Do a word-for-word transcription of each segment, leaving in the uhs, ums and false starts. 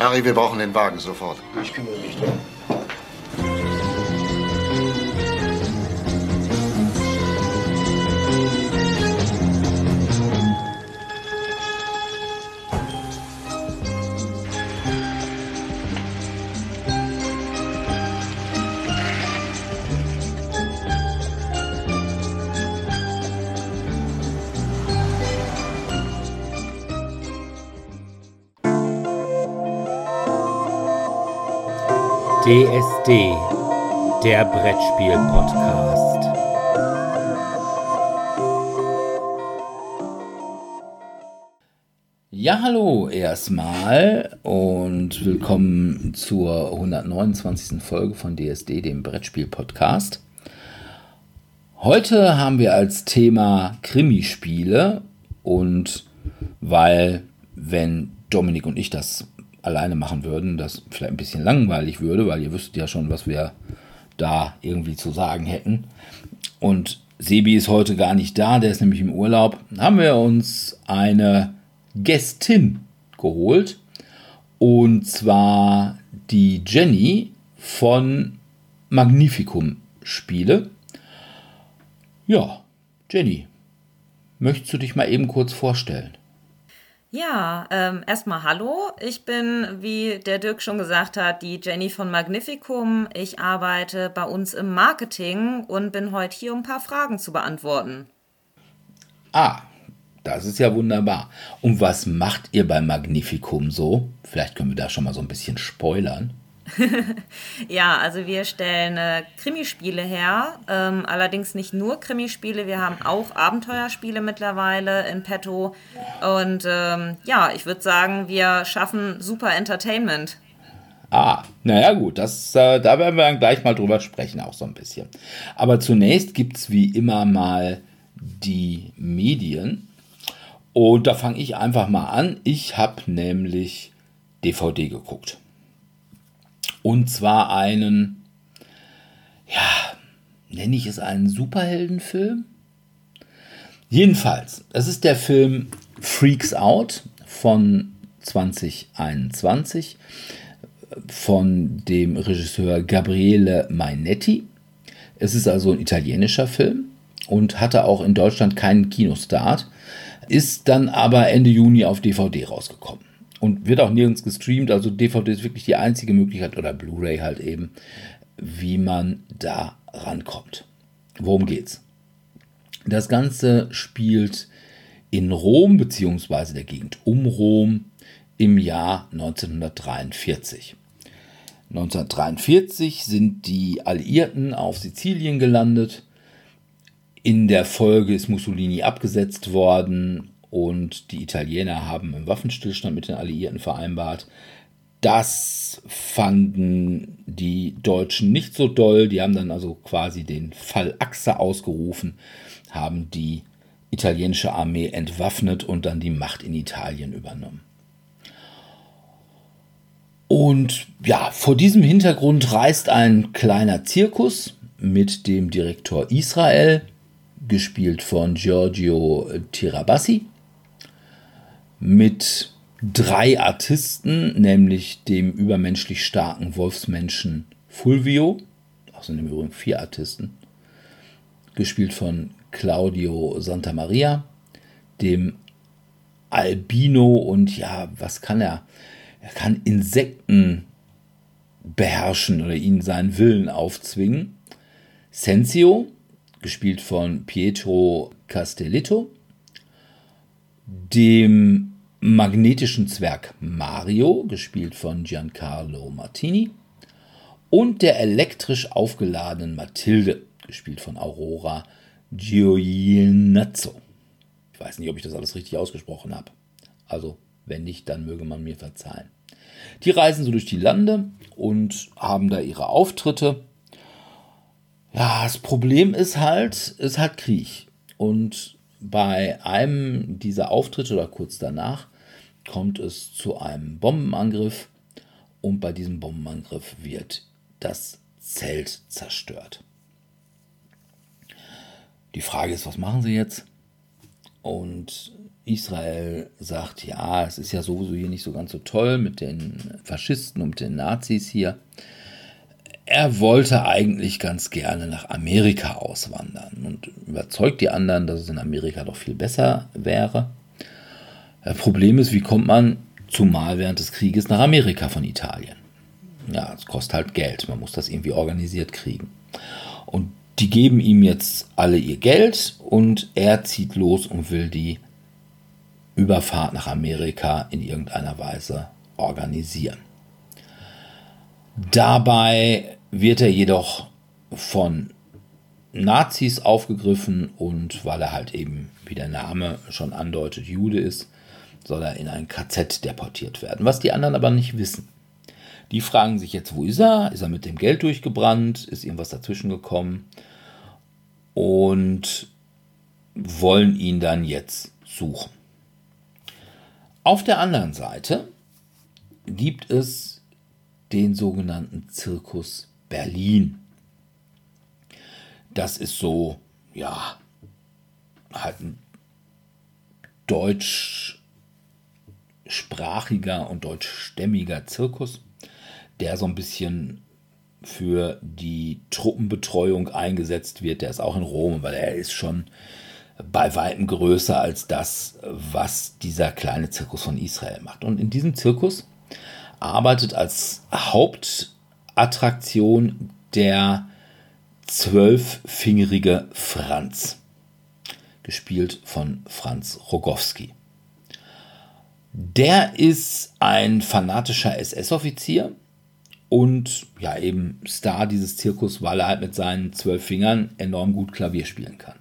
Harry, wir brauchen den Wagen sofort. Ich kümmere mich drum. D S D, der Brettspiel-Podcast. Ja, hallo erstmal und willkommen zur hundertneunundzwanzigsten Folge von D S D, dem Brettspiel-Podcast. Heute haben wir als Thema Krimispiele und weil, wenn Dominik und ich das alleine machen würden, das vielleicht ein bisschen langweilig würde, weil ihr wüsstet ja schon, was wir da irgendwie zu sagen hätten. Und Sebi ist heute gar nicht da, der ist nämlich im Urlaub. Haben wir uns eine Gästin geholt. Und zwar die Jenny von Magnificum Spiele. Ja, Jenny, möchtest du dich mal eben kurz vorstellen? Ja, ähm, erstmal hallo. Ich bin, wie der Dirk schon gesagt hat, die Jenny von Magnificum. Ich arbeite bei uns im Marketing und bin heute hier, um ein paar Fragen zu beantworten. Ah, das ist ja wunderbar. Und was macht ihr bei Magnificum so? Vielleicht können wir da schon mal so ein bisschen spoilern. Ja, also wir stellen äh, Krimispiele her, ähm, allerdings nicht nur Krimispiele, wir haben auch Abenteuerspiele mittlerweile in petto und ähm, ja, ich würde sagen, wir schaffen super Entertainment. Ah, naja gut, das, äh, da werden wir dann gleich mal drüber sprechen, auch so ein bisschen. Aber zunächst gibt es wie immer mal die Medien und da fange ich einfach mal an. Ich habe nämlich D V D geguckt. Und zwar einen, ja, nenne ich es einen Superheldenfilm? Jedenfalls, es ist der Film Freaks Out von zwanzig einundzwanzig von dem Regisseur Gabriele Mainetti. Es ist also ein italienischer Film und hatte auch in Deutschland keinen Kinostart, ist dann aber Ende Juni auf D V D rausgekommen. Und wird auch nirgends gestreamt, also D V D ist wirklich die einzige Möglichkeit, oder Blu-ray halt eben, wie man da rankommt. Worum geht's? Das Ganze spielt in Rom, beziehungsweise der Gegend um Rom, im Jahr neunzehnhundertdreiundvierzig. neunzehnhundertdreiundvierzig sind die Alliierten auf Sizilien gelandet. In der Folge ist Mussolini abgesetzt worden. Und die Italiener haben einen Waffenstillstand mit den Alliierten vereinbart. Das fanden die Deutschen nicht so doll. Die haben dann also quasi den Fall Achse ausgerufen, haben die italienische Armee entwaffnet und dann die Macht in Italien übernommen. Und ja, vor diesem Hintergrund reist ein kleiner Zirkus mit dem Direktor Israel, gespielt von Giorgio Tirabassi, mit drei Artisten, nämlich dem übermenschlich starken Wolfsmenschen Fulvio, auch sind im Übrigen vier Artisten, gespielt von Claudio Santamaria, dem Albino und ja, was kann er? Er kann Insekten beherrschen oder ihnen seinen Willen aufzwingen. Sensio, gespielt von Pietro Castellitto, dem magnetischen Zwerg Mario, gespielt von Giancarlo Martini, und der elektrisch aufgeladenen Mathilde, gespielt von Aurora Gioianazzo. Ich weiß nicht, ob ich das alles richtig ausgesprochen habe. Also, wenn nicht, dann möge man mir verzeihen. Die reisen so durch die Lande und haben da ihre Auftritte. Ja, das Problem ist halt, es ist halt Krieg. Und bei einem dieser Auftritte oder kurz danach kommt es zu einem Bombenangriff und bei diesem Bombenangriff wird das Zelt zerstört. Die Frage ist, was machen sie jetzt? Und Israel sagt, ja, es ist ja sowieso hier nicht so ganz so toll mit den Faschisten und den Nazis hier. Er wollte eigentlich ganz gerne nach Amerika auswandern und überzeugt die anderen, dass es in Amerika doch viel besser wäre. Das Problem ist, wie kommt man zumal während des Krieges nach Amerika von Italien? Ja, es kostet halt Geld, man muss das irgendwie organisiert kriegen. Und die geben ihm jetzt alle ihr Geld und er zieht los und will die Überfahrt nach Amerika in irgendeiner Weise organisieren. Dabei wird er jedoch von Nazis aufgegriffen und weil er halt eben, wie der Name schon andeutet, Jude ist, soll er in ein K Z deportiert werden, was die anderen aber nicht wissen. Die fragen sich jetzt, wo ist er? Ist er mit dem Geld durchgebrannt? Ist irgendwas dazwischen gekommen? Und wollen ihn dann jetzt suchen. Auf der anderen Seite gibt es den sogenannten Zirkus Berlin. Das ist so, ja, halt ein deutschsprachiger und deutschstämmiger Zirkus, der so ein bisschen für die Truppenbetreuung eingesetzt wird. Der ist auch in Rom, weil er ist schon bei weitem größer als das, was dieser kleine Zirkus von Israel macht. Und in diesem Zirkus arbeitet als Hauptattraktion der zwölffingerige Franz, gespielt von Franz Rogowski. Der ist ein fanatischer S S-Offizier und ja eben Star dieses Zirkus, weil er halt mit seinen zwölf Fingern enorm gut Klavier spielen kann.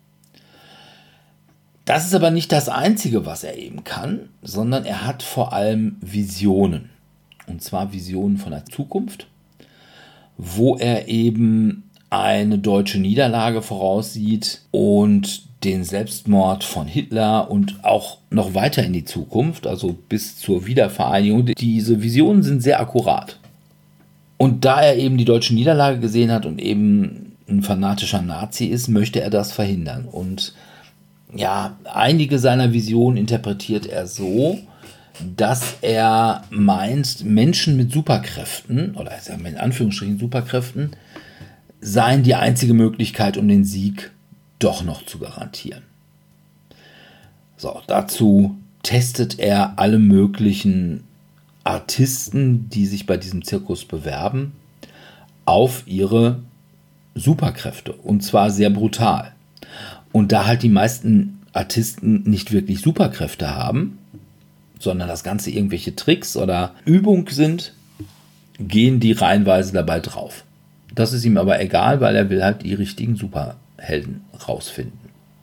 Das ist aber nicht das Einzige, was er eben kann, sondern er hat vor allem Visionen. Und zwar Visionen von der Zukunft, wo er eben eine deutsche Niederlage voraussieht und den Selbstmord von Hitler und auch noch weiter in die Zukunft, also bis zur Wiedervereinigung. Diese Visionen sind sehr akkurat. Und da er eben die deutsche Niederlage gesehen hat und eben ein fanatischer Nazi ist, möchte er das verhindern. Und ja, einige seiner Visionen interpretiert er so, dass er meint, Menschen mit Superkräften, oder in Anführungsstrichen Superkräften, seien die einzige Möglichkeit, um den Sieg doch noch zu garantieren. So, dazu testet er alle möglichen Artisten, die sich bei diesem Zirkus bewerben, auf ihre Superkräfte. Und zwar sehr brutal. Und da halt die meisten Artisten nicht wirklich Superkräfte haben, sondern das Ganze irgendwelche Tricks oder Übung sind, gehen die reihenweise dabei drauf. Das ist ihm aber egal, weil er will halt die richtigen Superhelden rausfinden.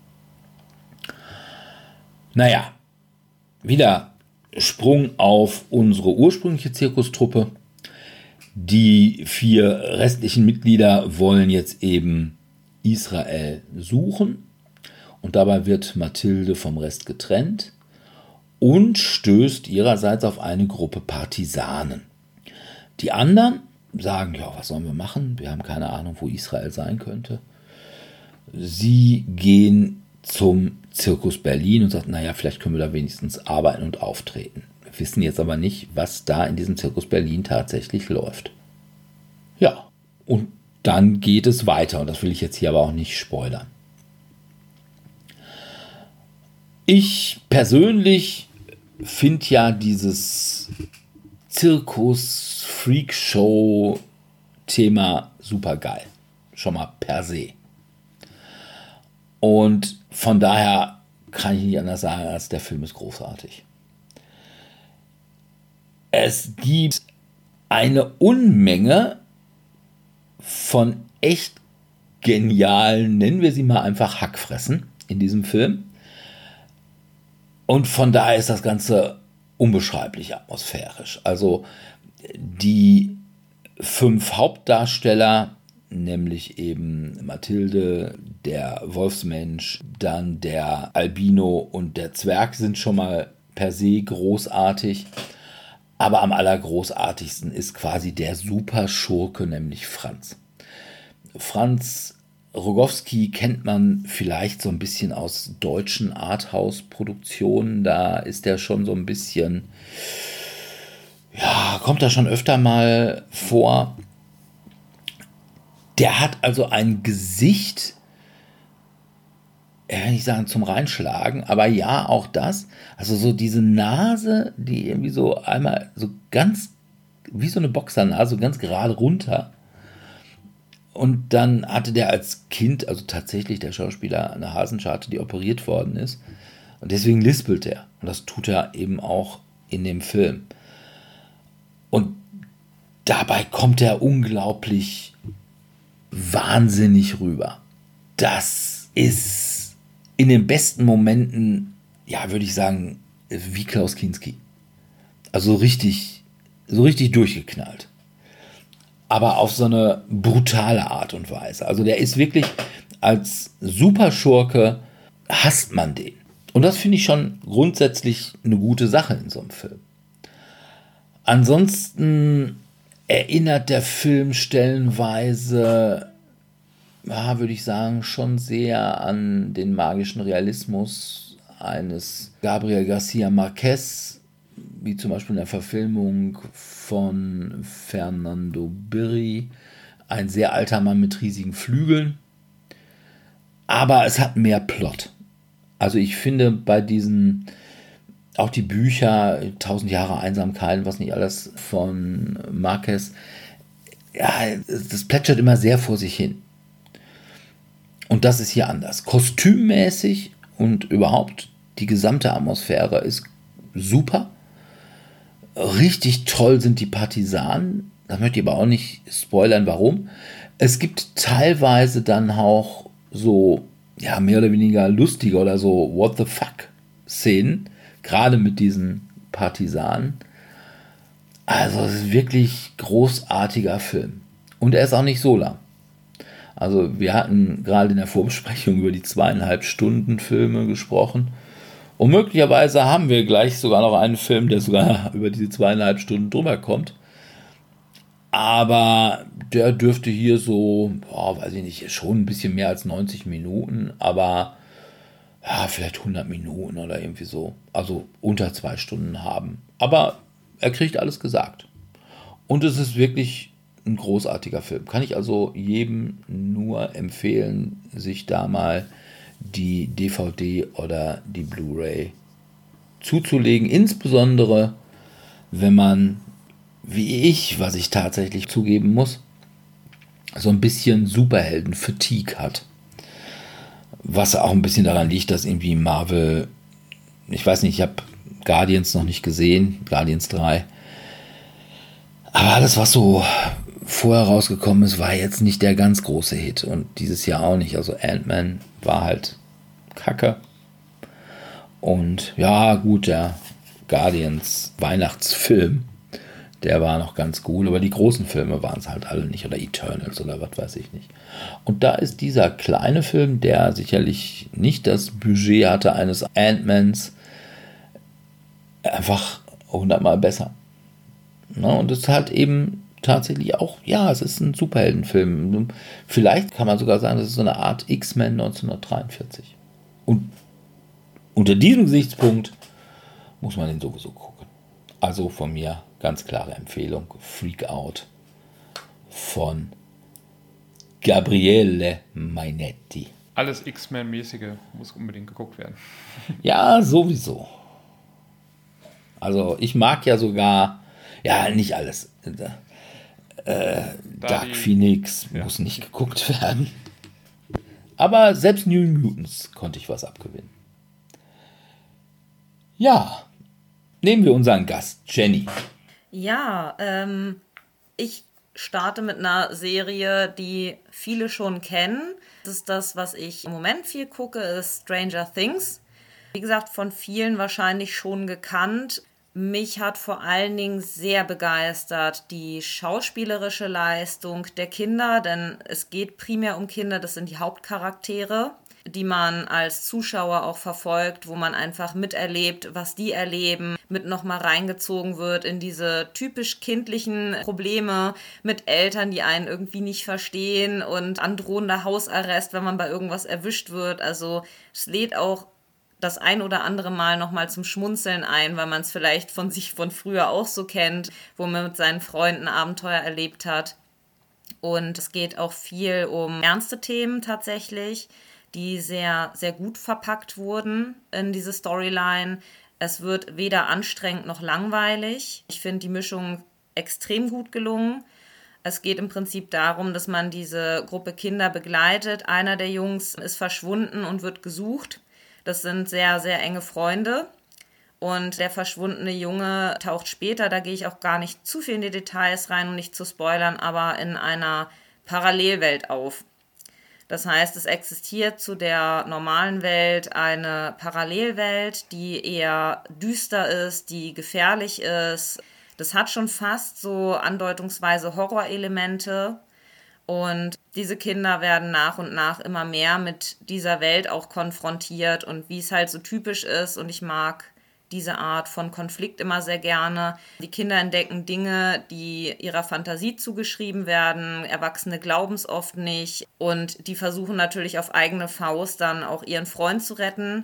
Naja, wieder Sprung auf unsere ursprüngliche Zirkustruppe. Die vier restlichen Mitglieder wollen jetzt eben Israel suchen und dabei wird Mathilde vom Rest getrennt und stößt ihrerseits auf eine Gruppe Partisanen. Die anderen sagen, ja, was sollen wir machen? Wir haben keine Ahnung, wo Israel sein könnte. Sie gehen zum Zirkus Berlin und sagen, naja, vielleicht können wir da wenigstens arbeiten und auftreten. Wir wissen jetzt aber nicht, was da in diesem Zirkus Berlin tatsächlich läuft. Ja, und dann geht es weiter und das will ich jetzt hier aber auch nicht spoilern. Ich persönlich finde ja dieses Zirkus-Freakshow-Thema super geil. Schon mal per se. Und von daher kann ich nicht anders sagen, als der Film ist großartig. Es gibt eine Unmenge von echt genialen, nennen wir sie mal einfach Hackfressen in diesem Film. Und von daher ist das Ganze unbeschreiblich atmosphärisch. Also die fünf Hauptdarsteller, nämlich eben Mathilde, der Wolfsmensch, dann der Albino und der Zwerg, sind schon mal per se großartig. Aber am allergroßartigsten ist quasi der Superschurke, nämlich Franz. Franz Rogowski kennt man vielleicht so ein bisschen aus deutschen Arthouse-Produktionen. Da ist er schon so ein bisschen, ja, kommt da schon öfter mal vor. Der hat also ein Gesicht, ich will nicht sagen zum Reinschlagen, aber ja, auch das. Also so diese Nase, die irgendwie so einmal so ganz, wie so eine Boxernase, so ganz gerade runter. Und dann hatte der als Kind, also tatsächlich der Schauspieler, eine Hasenscharte, die operiert worden ist. Und deswegen lispelt er. Und das tut er eben auch in dem Film. Und dabei kommt er unglaublich wahnsinnig rüber. Das ist in den besten Momenten, ja, würde ich sagen, wie Klaus Kinski. Also richtig, so richtig durchgeknallt. Aber auf so eine brutale Art und Weise. Also der ist wirklich, als Superschurke hasst man den. Und das finde ich schon grundsätzlich eine gute Sache in so einem Film. Ansonsten erinnert der Film stellenweise, ja, würde ich sagen, schon sehr an den magischen Realismus eines Gabriel García Márquez, wie zum Beispiel in der Verfilmung von Fernando Birri, ein sehr alter Mann mit riesigen Flügeln. Aber es hat mehr Plot. Also ich finde bei diesen, auch die Bücher, Tausend Jahre Einsamkeit, was nicht alles von Márquez, ja, das plätschert immer sehr vor sich hin. Und das ist hier anders. Kostümmäßig und überhaupt die gesamte Atmosphäre ist super. Richtig toll sind die Partisanen. Das möchte ich aber auch nicht spoilern, warum. Es gibt teilweise dann auch so, ja, mehr oder weniger lustige oder so What the fuck Szenen, gerade mit diesen Partisanen. Also es ist wirklich großartiger Film. Und er ist auch nicht so lang. Also wir hatten gerade in der Vorbesprechung über die zweieinhalb Stunden Filme gesprochen. Und möglicherweise haben wir gleich sogar noch einen Film, der sogar über diese zweieinhalb Stunden drüber kommt. Aber der dürfte hier so, boah, weiß ich nicht, schon ein bisschen mehr als neunzig Minuten, aber ja, vielleicht hundert Minuten oder irgendwie so. Also unter zwei Stunden haben. Aber er kriegt alles gesagt. Und es ist wirklich ein großartiger Film. Kann ich also jedem nur empfehlen, sich da mal die D V D oder die Blu-ray zuzulegen. Insbesondere, wenn man, wie ich, was ich tatsächlich zugeben muss, so ein bisschen Superhelden-Fatigue hat. Was auch ein bisschen daran liegt, dass irgendwie Marvel, ich weiß nicht, ich habe Guardians noch nicht gesehen, Guardians drei. Aber alles, was so vorher rausgekommen ist, war jetzt nicht der ganz große Hit. Und dieses Jahr auch nicht. Also Ant-Man war halt kacke. Und ja, gut, der Guardians Weihnachtsfilm, der war noch ganz gut. Aber die großen Filme waren es halt alle nicht. Oder Eternals oder was weiß ich nicht. Und da ist dieser kleine Film, der sicherlich nicht das Budget hatte eines Ant-Mans, einfach hundertmal besser. Na, und es ist halt eben tatsächlich auch, ja, es ist ein Superheldenfilm. Vielleicht kann man sogar sagen, das ist so eine Art X-Men neunzehnhundertdreiundvierzig. Und unter diesem Gesichtspunkt muss man den sowieso gucken. Also von mir ganz klare Empfehlung: Freak Out von Gabriele Mainetti. Alles X-Men-mäßige muss unbedingt geguckt werden. Ja, sowieso. Also ich mag ja sogar, ja, nicht alles. Äh, Dark die, Phoenix ja. muss nicht geguckt werden. Aber selbst New Mutants konnte ich was abgewinnen. Ja, nehmen wir unseren Gast, Jenny. Ja, ähm, ich starte mit einer Serie, die viele schon kennen. Das ist das, was ich im Moment viel gucke, ist Stranger Things. Wie gesagt, von vielen wahrscheinlich schon gekannt. Mich hat vor allen Dingen sehr begeistert die schauspielerische Leistung der Kinder, denn es geht primär um Kinder, das sind die Hauptcharaktere. die man als Zuschauer auch verfolgt, wo man einfach miterlebt, was die erleben, mit nochmal reingezogen wird in diese typisch kindlichen Probleme mit Eltern, die einen irgendwie nicht verstehen und androhender Hausarrest, wenn man bei irgendwas erwischt wird. Also es lädt auch das ein oder andere Mal nochmal zum Schmunzeln ein, weil man es vielleicht von sich von früher auch so kennt, wo man mit seinen Freunden Abenteuer erlebt hat. Und es geht auch viel um ernste Themen tatsächlich, die sehr, sehr gut verpackt wurden in diese Storyline. Es wird weder anstrengend noch langweilig. Ich finde die Mischung extrem gut gelungen. Es geht im Prinzip darum, dass man diese Gruppe Kinder begleitet. Einer der Jungs ist verschwunden und wird gesucht. Das sind sehr, sehr enge Freunde. Und der verschwundene Junge taucht später, da gehe ich auch gar nicht zu viel in die Details rein, um nicht zu spoilern, aber in einer Parallelwelt auf. Das heißt, es existiert zu der normalen Welt eine Parallelwelt, die eher düster ist, die gefährlich ist. Das hat schon fast so andeutungsweise Horrorelemente. Und diese Kinder werden nach und nach immer mehr mit dieser Welt auch konfrontiert und wie es halt so typisch ist. Und ich mag diese Art von Konflikt immer sehr gerne. Die Kinder entdecken Dinge, die ihrer Fantasie zugeschrieben werden. Erwachsene glauben es oft nicht. Und die versuchen natürlich auf eigene Faust dann auch ihren Freund zu retten.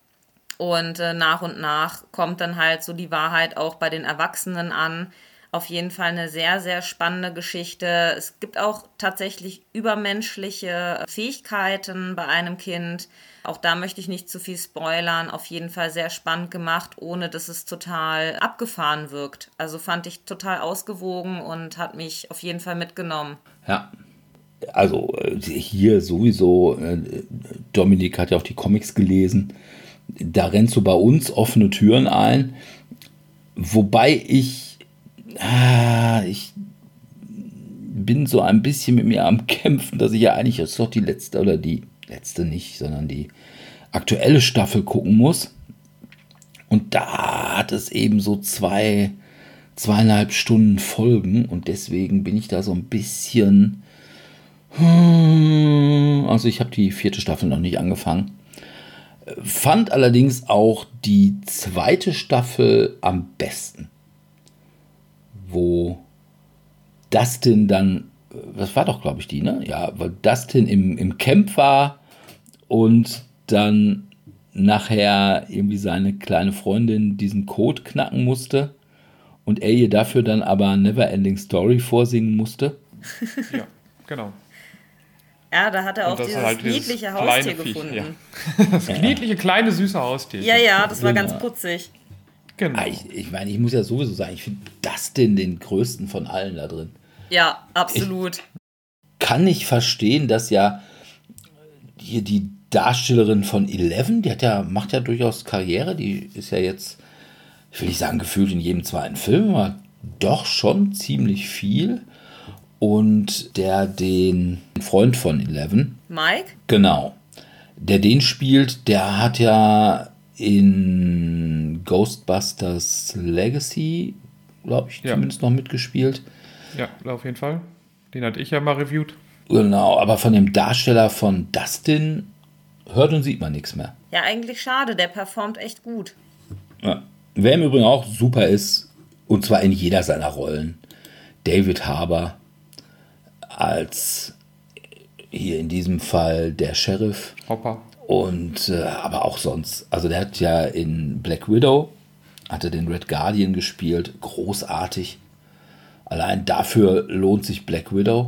Und äh, nach und nach kommt dann halt so die Wahrheit auch bei den Erwachsenen an. Auf jeden Fall eine sehr, sehr spannende Geschichte. Es gibt auch tatsächlich übermenschliche Fähigkeiten bei einem Kind. Auch da möchte ich nicht zu viel spoilern. Auf jeden Fall sehr spannend gemacht, ohne dass es total abgefahren wirkt. Also fand ich total ausgewogen und hat mich auf jeden Fall mitgenommen. Ja, also hier sowieso, Dominik hat ja auch die Comics gelesen. Da rennst du bei uns offene Türen ein. Wobei ich Ah, ich bin so ein bisschen mit mir am Kämpfen, dass ich ja eigentlich jetzt doch die letzte, oder die letzte nicht, sondern die aktuelle Staffel gucken muss. Und da hat es eben so zwei, zweieinhalb Stunden Folgen und deswegen bin ich da so ein bisschen, also ich habe die vierte Staffel noch nicht angefangen. Fand allerdings auch die zweite Staffel am besten. Wo Dustin dann, das war doch, glaube ich, die, ne? Ja, weil Dustin im, im Camp war und dann nachher irgendwie seine kleine Freundin diesen Code knacken musste und er ihr dafür dann aber Neverending Story vorsingen musste. Ja, genau. Ja, da hat er auch dieses halt niedliche Haustier gefunden. Ja. Das niedliche, kleine, süße Haustier. Ja, ja, das war Genau. ganz putzig. Genau. Ah, Ich, ich meine, ich muss ja sowieso sagen, ich finde Dustin den größten von allen da drin. Ja, absolut. Kann nicht verstehen, dass ja hier die Darstellerin von Eleven, die hat ja, macht ja durchaus Karriere, die ist ja jetzt, ich will nicht sagen gefühlt in jedem zweiten Film, aber doch schon ziemlich viel. Und der den Freund von Eleven, Mike? genau, der den spielt, der hat ja in Ghostbusters Legacy, glaube ich, Ja. zumindest noch mitgespielt. Ja, auf jeden Fall. Den hatte ich ja mal reviewed. Genau, aber von dem Darsteller von Dustin hört und sieht man nichts mehr. Ja, eigentlich schade, der performt echt gut. Ja. Wer im Übrigen auch super ist, und zwar in jeder seiner Rollen, David Harbour als hier in diesem Fall der Sheriff. Hopper. Und äh, aber auch sonst. Also der hat ja in Black Widow, hat er den Red Guardian gespielt. Großartig. Allein dafür lohnt sich Black Widow.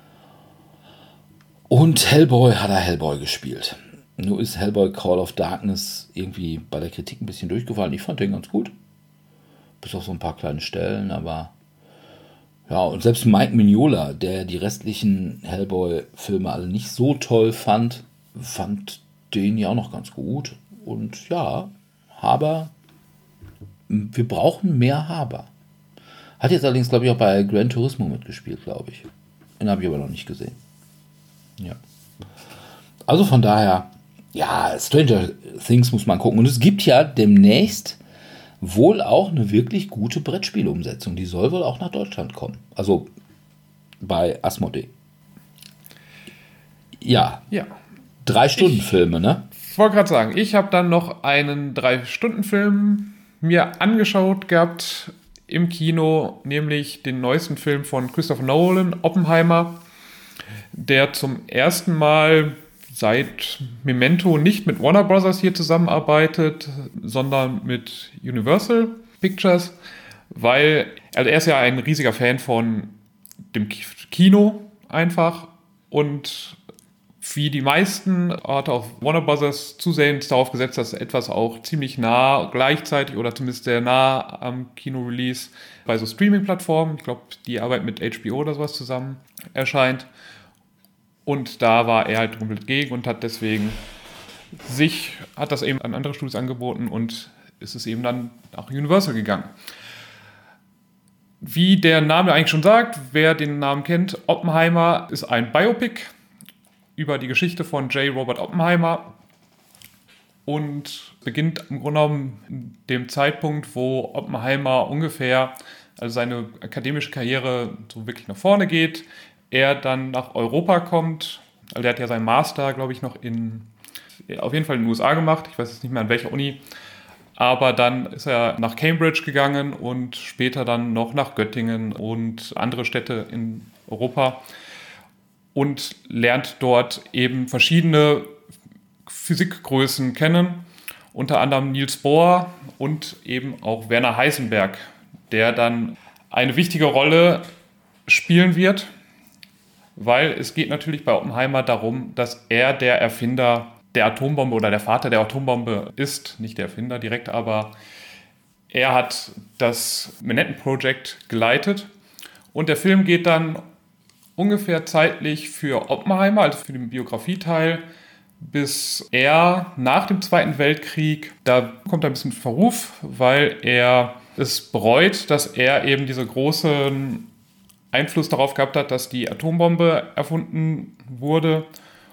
Und Hellboy hat er Hellboy gespielt. Nur ist Hellboy Call of Darkness irgendwie bei der Kritik ein bisschen durchgefallen. Ich fand den ganz gut. Bis auf so ein paar kleine Stellen, aber ja, und selbst Mike Mignola, der die restlichen Hellboy-Filme alle nicht so toll fand, fand den ja auch noch ganz gut. Und ja, Harbour, wir brauchen mehr Harbour. Hat jetzt allerdings, glaube ich, auch bei Gran Turismo mitgespielt, glaube ich. Den habe ich aber noch nicht gesehen. Ja. Also von daher, ja, Stranger Things muss man gucken. Und es gibt ja demnächst wohl auch eine wirklich gute Brettspielumsetzung. Die soll wohl auch nach Deutschland kommen. Also bei Asmodee. Ja. Ja. Drei-Stunden-Filme, ne? Ich wollte gerade sagen, ich habe dann noch einen Drei-Stunden-Film mir angeschaut gehabt im Kino, nämlich den neuesten Film von Christopher Nolan, Oppenheimer, der zum ersten Mal seit Memento nicht mit Warner Bros. Hier zusammenarbeitet, sondern mit Universal Pictures, weil also er ist ja ein riesiger Fan von dem Kino einfach und wie die meisten hat auch Warner Bros. Zusehends darauf gesetzt, dass etwas auch ziemlich nah gleichzeitig oder zumindest sehr nah am Kino-Release bei so Streaming-Plattformen, ich glaube, die Arbeit mit H B O oder sowas zusammen erscheint. Und da war er halt komplett gegen und hat deswegen sich, hat das eben an andere Studios angeboten und ist es eben dann nach Universal gegangen. Wie der Name eigentlich schon sagt, wer den Namen kennt, Oppenheimer ist ein Biopic über die Geschichte von J. Robert Oppenheimer und beginnt im Grunde genommen in dem Zeitpunkt, wo Oppenheimer ungefähr, also seine akademische Karriere so wirklich nach vorne geht, er dann nach Europa kommt, also er hat ja seinen Master, glaube ich, noch in, auf jeden Fall in den U S A gemacht, ich weiß jetzt nicht mehr an welcher Uni, aber dann ist er nach Cambridge gegangen und später dann noch nach Göttingen und andere Städte in Europa und lernt dort eben verschiedene Physikgrößen kennen, unter anderem Niels Bohr und eben auch Werner Heisenberg, der dann eine wichtige Rolle spielen wird, weil es geht natürlich bei Oppenheimer darum, dass er der Erfinder der Atombombe oder der Vater der Atombombe ist, nicht der Erfinder direkt, aber er hat das Manhattan Project geleitet und der Film geht dann ungefähr zeitlich für Oppenheimer, also für den Biografieteil, bis er nach dem Zweiten Weltkrieg, da kommt er ein bisschen Verruf, weil er es bereut, dass er eben diese großen Einfluss darauf gehabt hat, dass die Atombombe erfunden wurde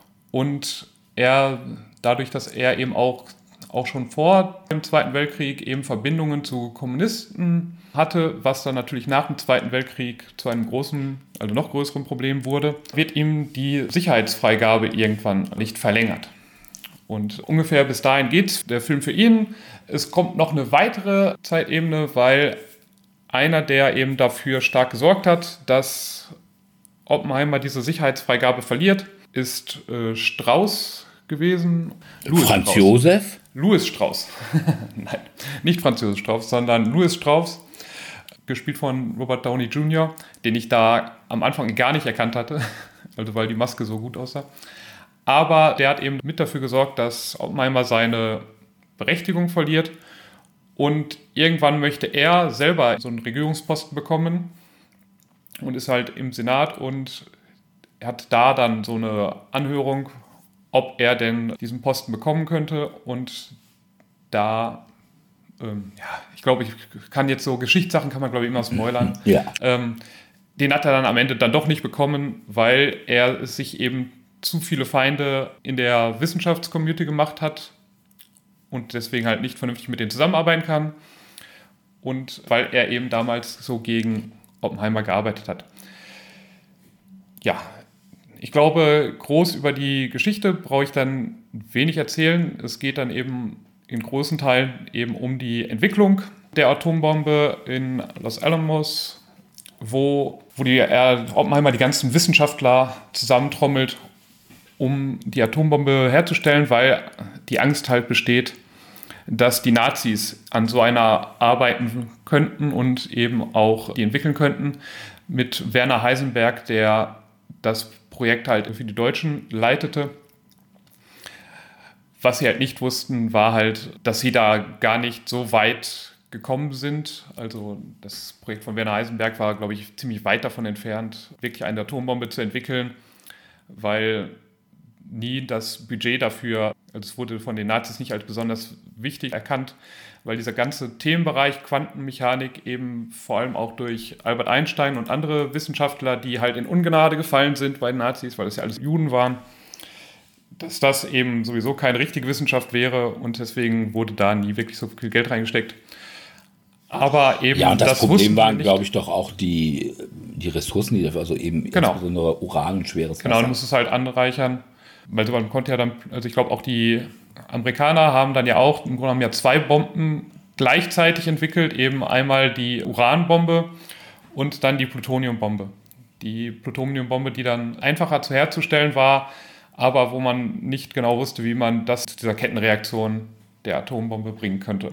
und er dadurch, dass er eben auch, auch schon vor dem Zweiten Weltkrieg eben Verbindungen zu Kommunisten hatte, was dann natürlich nach dem Zweiten Weltkrieg zu einem großen, also noch größeren Problem wurde, wird ihm die Sicherheitsfreigabe irgendwann nicht verlängert. Und ungefähr bis dahin geht der Film für ihn. Es kommt noch eine weitere Zeitebene, weil einer, der eben dafür stark gesorgt hat, dass Oppenheimer diese Sicherheitsfreigabe verliert, ist äh, Strauß gewesen. Louis Franz Strauß. Josef? Louis Strauß. Nein, nicht Franz Josef Strauß, sondern Louis Strauß, gespielt von Robert Downey Junior, den ich da am Anfang gar nicht erkannt hatte, also weil die Maske so gut aussah. Aber der hat eben mit dafür gesorgt, dass Oppenheimer seine Berechtigung verliert und irgendwann möchte er selber so einen Regierungsposten bekommen und ist halt im Senat und hat da dann so eine Anhörung, ob er denn diesen Posten bekommen könnte und da, ähm, ja, ich glaube, ich kann jetzt so Geschichtssachen, kann man glaube ich immer spoilern. Ja. Ähm, den hat er dann am Ende dann doch nicht bekommen, weil er sich eben zu viele Feinde in der Wissenschaftscommunity gemacht hat und deswegen halt nicht vernünftig mit denen zusammenarbeiten kann und weil er eben damals so gegen Oppenheimer gearbeitet hat. Ja, ich glaube, groß über die Geschichte brauche ich dann wenig erzählen. Es geht dann eben in großen Teilen eben um die Entwicklung der Atombombe in Los Alamos, wo, wo die, er, Oppenheimer die ganzen Wissenschaftler zusammentrommelt, um die Atombombe herzustellen, weil die Angst halt besteht, dass die Nazis an so einer arbeiten könnten und eben auch die entwickeln könnten, mit Werner Heisenberg, der das Projekt halt für die Deutschen leitete. Was sie halt nicht wussten, war halt, dass sie da gar nicht so weit gekommen sind. Also das Projekt von Werner Heisenberg war, glaube ich, ziemlich weit davon entfernt, wirklich eine Atombombe zu entwickeln, weil nie das Budget dafür, also es wurde von den Nazis nicht als besonders wichtig erkannt, weil dieser ganze Themenbereich Quantenmechanik eben vor allem auch durch Albert Einstein und andere Wissenschaftler, die halt in Ungnade gefallen sind bei den Nazis, weil das ja alles Juden waren, dass das eben sowieso keine richtige Wissenschaft wäre und deswegen wurde da nie wirklich so viel Geld reingesteckt. Aber eben, ja, und das, das Problem waren, nicht. glaube ich, doch auch die, die Ressourcen, die dafür, also eben genau. insbesondere Uran und schweres Genau, Wasser. du musst es halt anreichern. Weil man konnte ja dann, also ich glaube auch die Amerikaner haben dann ja auch im Grunde genommen ja zwei Bomben gleichzeitig entwickelt, eben einmal die Uranbombe und dann die Plutoniumbombe. Die Plutoniumbombe, die dann einfacher zu herzustellen war, aber wo man nicht genau wusste, wie man das zu dieser Kettenreaktion der Atombombe bringen könnte.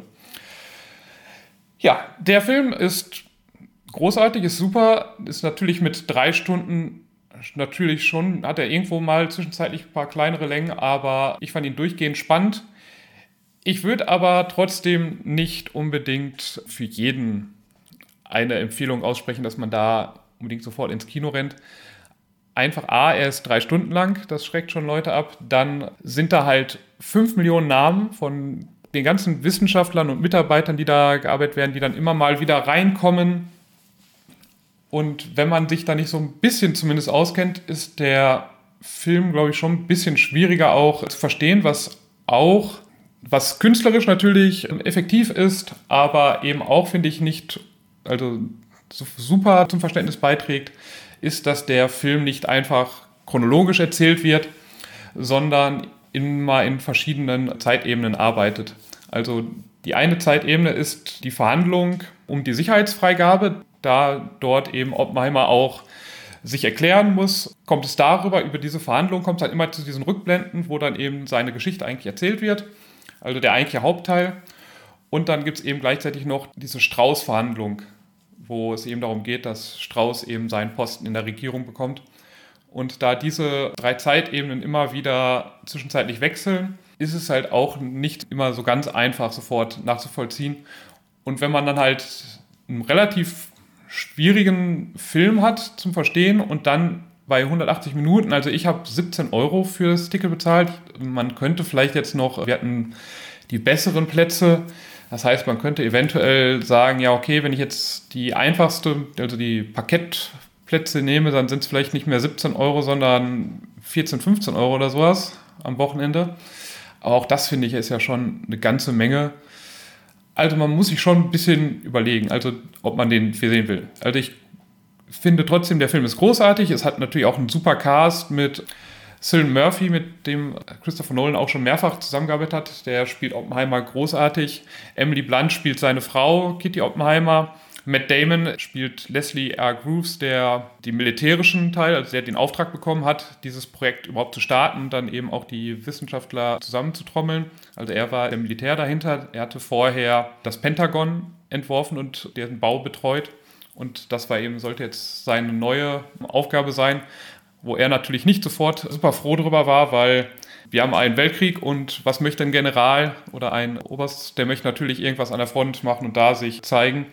Ja, der Film ist großartig, ist super, ist natürlich mit drei Stunden natürlich schon, hat er irgendwo mal zwischenzeitlich ein paar kleinere Längen, aber ich fand ihn durchgehend spannend. Ich würde aber trotzdem nicht unbedingt für jeden eine Empfehlung aussprechen, dass man da unbedingt sofort ins Kino rennt. Einfach A, er ist drei Stunden lang, das schreckt schon Leute ab. Dann sind da halt fünf Millionen Namen von den ganzen Wissenschaftlern und Mitarbeitern, die da gearbeitet werden, die dann immer mal wieder reinkommen. Und wenn man sich da nicht so ein bisschen zumindest auskennt, ist der Film, glaube ich, schon ein bisschen schwieriger auch zu verstehen, was auch, was künstlerisch natürlich effektiv ist, aber eben auch, finde ich, nicht, also super zum Verständnis beiträgt, ist, dass der Film nicht einfach chronologisch erzählt wird, sondern immer in verschiedenen Zeitebenen arbeitet. Also die eine Zeitebene ist die Verhandlung um die Sicherheitsfreigabe. Da dort eben Oppenheimer auch sich erklären muss, kommt es darüber, über diese Verhandlung kommt es halt immer zu diesen Rückblenden, wo dann eben seine Geschichte eigentlich erzählt wird, also der eigentliche Hauptteil. Und dann gibt es eben gleichzeitig noch diese Strauß-Verhandlung, wo es eben darum geht, dass Strauß eben seinen Posten in der Regierung bekommt. Und da diese drei Zeitebenen immer wieder zwischenzeitlich wechseln, ist es halt auch nicht immer so ganz einfach sofort nachzuvollziehen. Und wenn man dann halt einen relativ schwierigen Film hat zum Verstehen und dann bei hundertachtzig Minuten, also ich habe siebzehn Euro für das Ticket bezahlt, man könnte vielleicht jetzt noch, wir hatten die besseren Plätze, das heißt, man könnte eventuell sagen, ja okay, wenn ich jetzt die einfachste, also die Parkettplätze nehme, dann sind es vielleicht nicht mehr siebzehn Euro, sondern vierzehn, fünfzehn Euro oder sowas am Wochenende. Aber auch das, finde ich, ist ja schon eine ganze Menge. Also man muss sich schon ein bisschen überlegen, also ob man den sehen will. Also ich finde trotzdem, der Film ist großartig. Es hat natürlich auch einen super Cast mit Cillian Murphy, mit dem Christopher Nolan auch schon mehrfach zusammengearbeitet hat. Der spielt Oppenheimer großartig. Emily Blunt spielt seine Frau, Kitty Oppenheimer. Matt Damon spielt Leslie R. Groves, der den militärischen Teil, also der den Auftrag bekommen hat, dieses Projekt überhaupt zu starten und dann eben auch die Wissenschaftler zusammenzutrommeln. Also er war der Militär dahinter. Er hatte vorher das Pentagon entworfen und deren Bau betreut. Und das war eben, sollte jetzt seine neue Aufgabe sein, wo er natürlich nicht sofort super froh drüber war, weil wir haben einen Weltkrieg und was möchte ein General oder ein Oberst, der möchte natürlich irgendwas an der Front machen und da sich zeigen.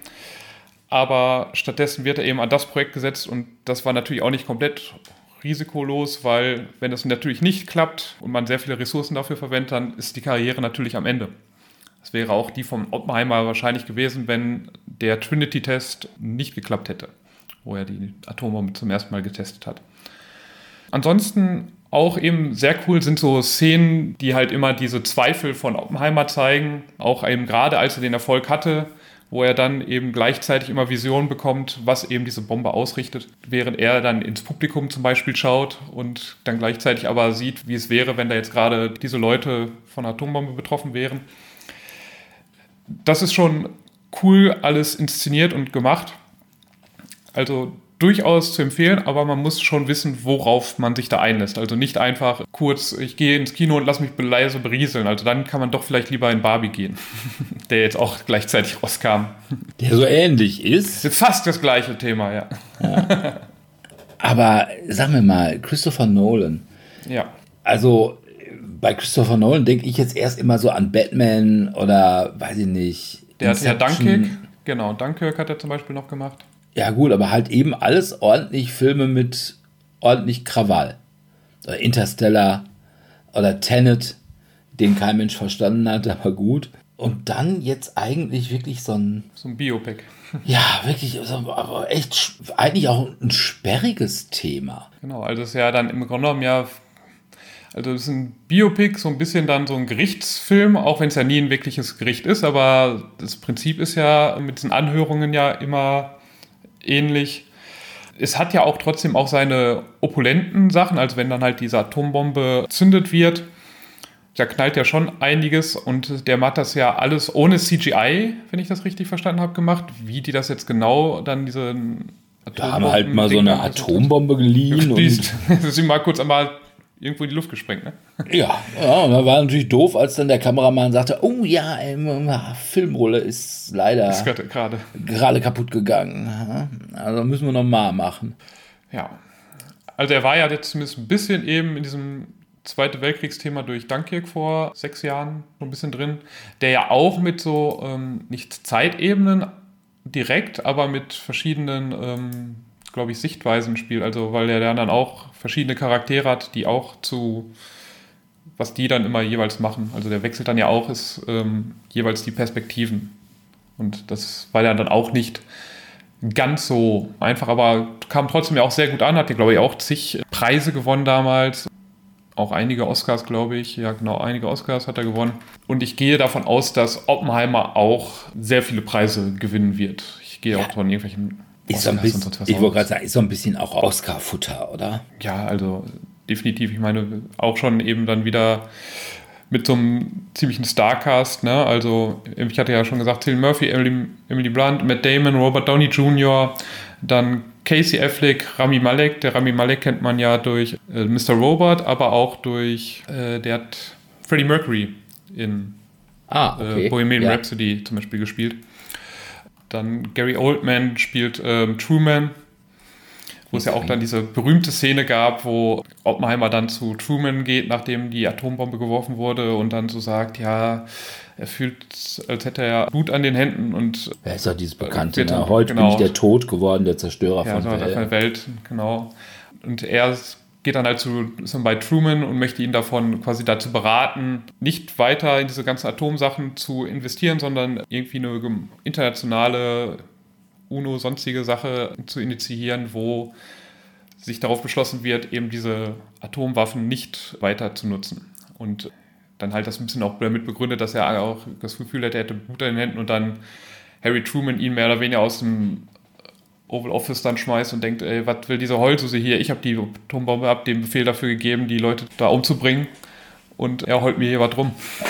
Aber stattdessen wird er eben an das Projekt gesetzt und das war natürlich auch nicht komplett risikolos, weil wenn das natürlich nicht klappt und man sehr viele Ressourcen dafür verwendet, dann ist die Karriere natürlich am Ende. Das wäre auch die von Oppenheimer wahrscheinlich gewesen, wenn der Trinity-Test nicht geklappt hätte, wo er die Atombombe zum ersten Mal getestet hat. Ansonsten auch eben sehr cool sind so Szenen, die halt immer diese Zweifel von Oppenheimer zeigen, auch eben gerade als er den Erfolg hatte, wo er dann eben gleichzeitig immer Visionen bekommt, was eben diese Bombe ausrichtet, während er dann ins Publikum zum Beispiel schaut und dann gleichzeitig aber sieht, wie es wäre, wenn da jetzt gerade diese Leute von einer Atombombe betroffen wären. Das ist schon cool alles inszeniert und gemacht. Also durchaus zu empfehlen, aber man muss schon wissen, worauf man sich da einlässt. Also nicht einfach kurz, ich gehe ins Kino und lass mich leise berieseln. Also dann kann man doch vielleicht lieber in Barbie gehen, der jetzt auch gleichzeitig rauskam. Der so ähnlich ist. Fast das gleiche Thema, ja. ja. Aber sag mir mal, Christopher Nolan. Ja. Also bei Christopher Nolan denke ich jetzt erst immer so an Batman oder weiß ich nicht. Der hat ja Dunkirk, genau, Dunkirk hat er zum Beispiel noch gemacht. Ja gut, aber halt eben alles ordentlich Filme mit ordentlich Krawall. Oder Interstellar oder Tenet, den kein Mensch verstanden hat, aber gut. Und dann jetzt eigentlich wirklich so ein... So ein Biopic. Ja, wirklich, aber echt eigentlich auch ein sperriges Thema. Genau, also es ist ja dann im Grunde genommen ja... Also das ist ein Biopic, so ein bisschen dann so ein Gerichtsfilm, auch wenn es ja nie ein wirkliches Gericht ist, aber das Prinzip ist ja mit diesen Anhörungen ja immer ähnlich. Es hat ja auch trotzdem auch seine opulenten Sachen, also wenn dann halt diese Atombombe zündet wird, da knallt ja schon einiges und der macht das ja alles ohne C G I, wenn ich das richtig verstanden habe, gemacht. Wie die das jetzt genau dann diese Da haben wir halt mal so eine Atombombe geliehen. Die ist, ist ihm mal kurz einmal irgendwo in die Luft gesprengt, ne? Ja, ja, und da war natürlich doof, als dann der Kameramann sagte, oh ja, ähm, Filmrolle ist leider ist gerade gerade kaputt gegangen. Also müssen wir nochmal machen. Ja, also er war ja jetzt zumindest ein bisschen eben in diesem Zweite Weltkriegsthema durch Dunkirk vor sechs Jahren so ein bisschen drin, der ja auch mit so, ähm, nicht Zeitebenen direkt, aber mit verschiedenen, ähm, glaube ich, Sichtweisen spielt. Also weil der dann auch verschiedene Charaktere hat, die auch zu, was die dann immer jeweils machen. Also der wechselt dann ja auch, ist ähm, jeweils die Perspektiven. Und das war ja dann auch nicht ganz so einfach, aber kam trotzdem ja auch sehr gut an, hat ja, glaube ich, auch zig Preise gewonnen damals. Auch einige Oscars, glaube ich. Ja, genau, einige Oscars hat er gewonnen. Und ich gehe davon aus, dass Oppenheimer auch sehr viele Preise gewinnen wird. Ich gehe ja. auch von irgendwelchen Ist so ein bisschen, und sonst was ich wollte gerade sagen, ist so ein bisschen auch Oscar-Futter, oder? Ja, also definitiv. Ich meine, auch schon eben dann wieder mit so einem ziemlichen Starcast, ne? Also ich hatte ja schon gesagt, Cillian Murphy, Emily, Emily Blunt, Matt Damon, Robert Downey Junior, dann Casey Affleck, Rami Malek. Der Rami Malek kennt man ja durch äh, Mister Robot, aber auch durch, äh, der hat Freddie Mercury in ah, okay. äh, Bohemian ja. Rhapsody zum Beispiel gespielt. Dann Gary Oldman spielt ähm, Truman, wo es ja auch dann diese berühmte Szene gab, wo Oppenheimer dann zu Truman geht, nachdem die Atombombe geworfen wurde und dann so sagt, ja, er fühlt, als hätte er Blut an den Händen und... Ja, ist doch dieses Bekannte, ne? Heute genau. bin ich der Tod geworden, der Zerstörer ja, von so Welt. der Welt. Genau. Und er geht dann halt zu, ist dann bei Truman und möchte ihn davon quasi dazu beraten, nicht weiter in diese ganzen Atomsachen zu investieren, sondern irgendwie eine internationale UNO-sonstige Sache zu initiieren, wo sich darauf beschlossen wird, eben diese Atomwaffen nicht weiter zu nutzen. Und dann halt das ein bisschen auch damit begründet, dass er auch das Gefühl hätte, er hätte Blut an den Händen und dann Harry Truman ihn mehr oder weniger aus dem Oval Office dann schmeißt und denkt, ey, was will diese Heulsuse hier? Ich habe die Atombombe, habe den Befehl dafür gegeben, die Leute da umzubringen und er heult mir hier was rum.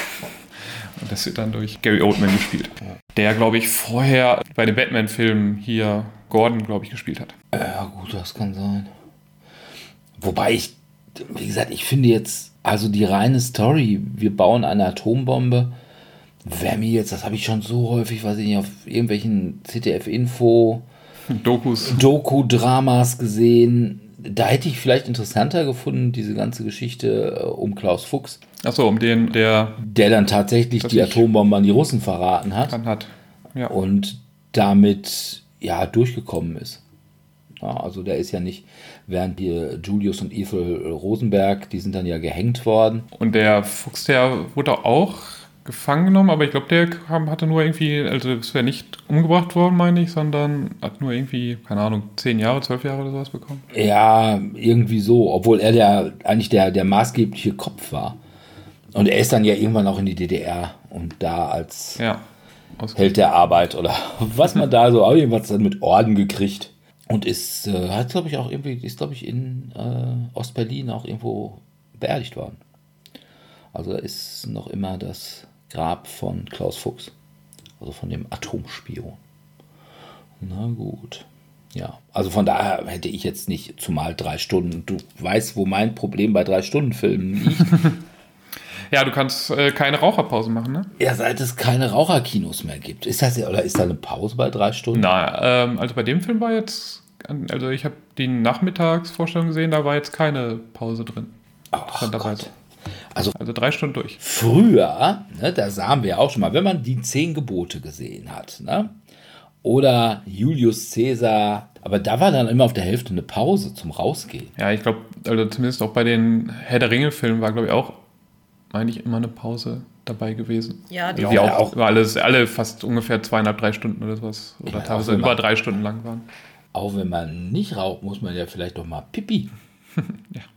Und das wird dann durch Gary Oldman gespielt. Der, glaube ich, vorher bei den Batman-Filmen hier Gordon, glaube ich, gespielt hat. Ja, gut, das kann sein. Wobei ich, wie gesagt, ich finde jetzt, also die reine Story, wir bauen eine Atombombe, wäre mir jetzt, das habe ich schon so häufig, weiß ich nicht, auf irgendwelchen Z D F-Info, Dokus, Doku-Dramas gesehen. Da hätte ich vielleicht interessanter gefunden, diese ganze Geschichte um Klaus Fuchs. Achso, um den, der... Der dann tatsächlich die Atombombe an die Russen verraten hat. hat. Ja. Und damit, ja, durchgekommen ist. Ja, also der ist ja nicht, während hier Julius und Ethel Rosenberg, die sind dann ja gehängt worden. Und der Fuchs, der wurde auch gefangen genommen, aber ich glaube, der hatte nur irgendwie, also es wäre nicht umgebracht worden, meine ich, sondern hat nur irgendwie, keine Ahnung, zehn Jahre, zwölf Jahre oder sowas bekommen. Ja, irgendwie so, obwohl er der eigentlich der, der maßgebliche Kopf war. Und er ist dann ja irgendwann auch in die D D R und da als ja, Held der Arbeit oder was man da so, irgendwas dann mit Orden gekriegt. Und ist, äh, hat glaube ich auch irgendwie, ist glaube ich in äh, Ostberlin auch irgendwo beerdigt worden. Also da ist noch immer das Grab von Klaus Fuchs, also von dem Atomspion. Na gut. Ja, also von daher hätte ich jetzt nicht, zumal drei Stunden, du weißt, wo mein Problem bei drei Stunden Filmen liegt. Ja, du kannst äh, keine Raucherpause machen, ne? Ja, seit es keine Raucherkinos mehr gibt. Ist das ja, oder ist da eine Pause bei drei Stunden? Na, ähm, also bei dem Film war jetzt, also ich habe die Nachmittagsvorstellung gesehen, da war jetzt keine Pause drin. Ach Gott. Also, also drei Stunden durch. Früher, ne, da sahen wir auch schon mal, wenn man die zehn Gebote gesehen hat, ne? Oder Julius Caesar, aber da war dann immer auf der Hälfte eine Pause zum Rausgehen. Ja, ich glaube, also zumindest auch bei den Herr der Ringe-Filmen war, glaube ich, auch, meine ich, immer eine Pause dabei gewesen. Ja, die, die ja, auch, auch alles, alle fast ungefähr zweieinhalb, drei Stunden oder sowas. Oder ja, teilweise über drei Stunden lang waren. Auch wenn man nicht raucht, muss man ja vielleicht doch mal pipi. Ja.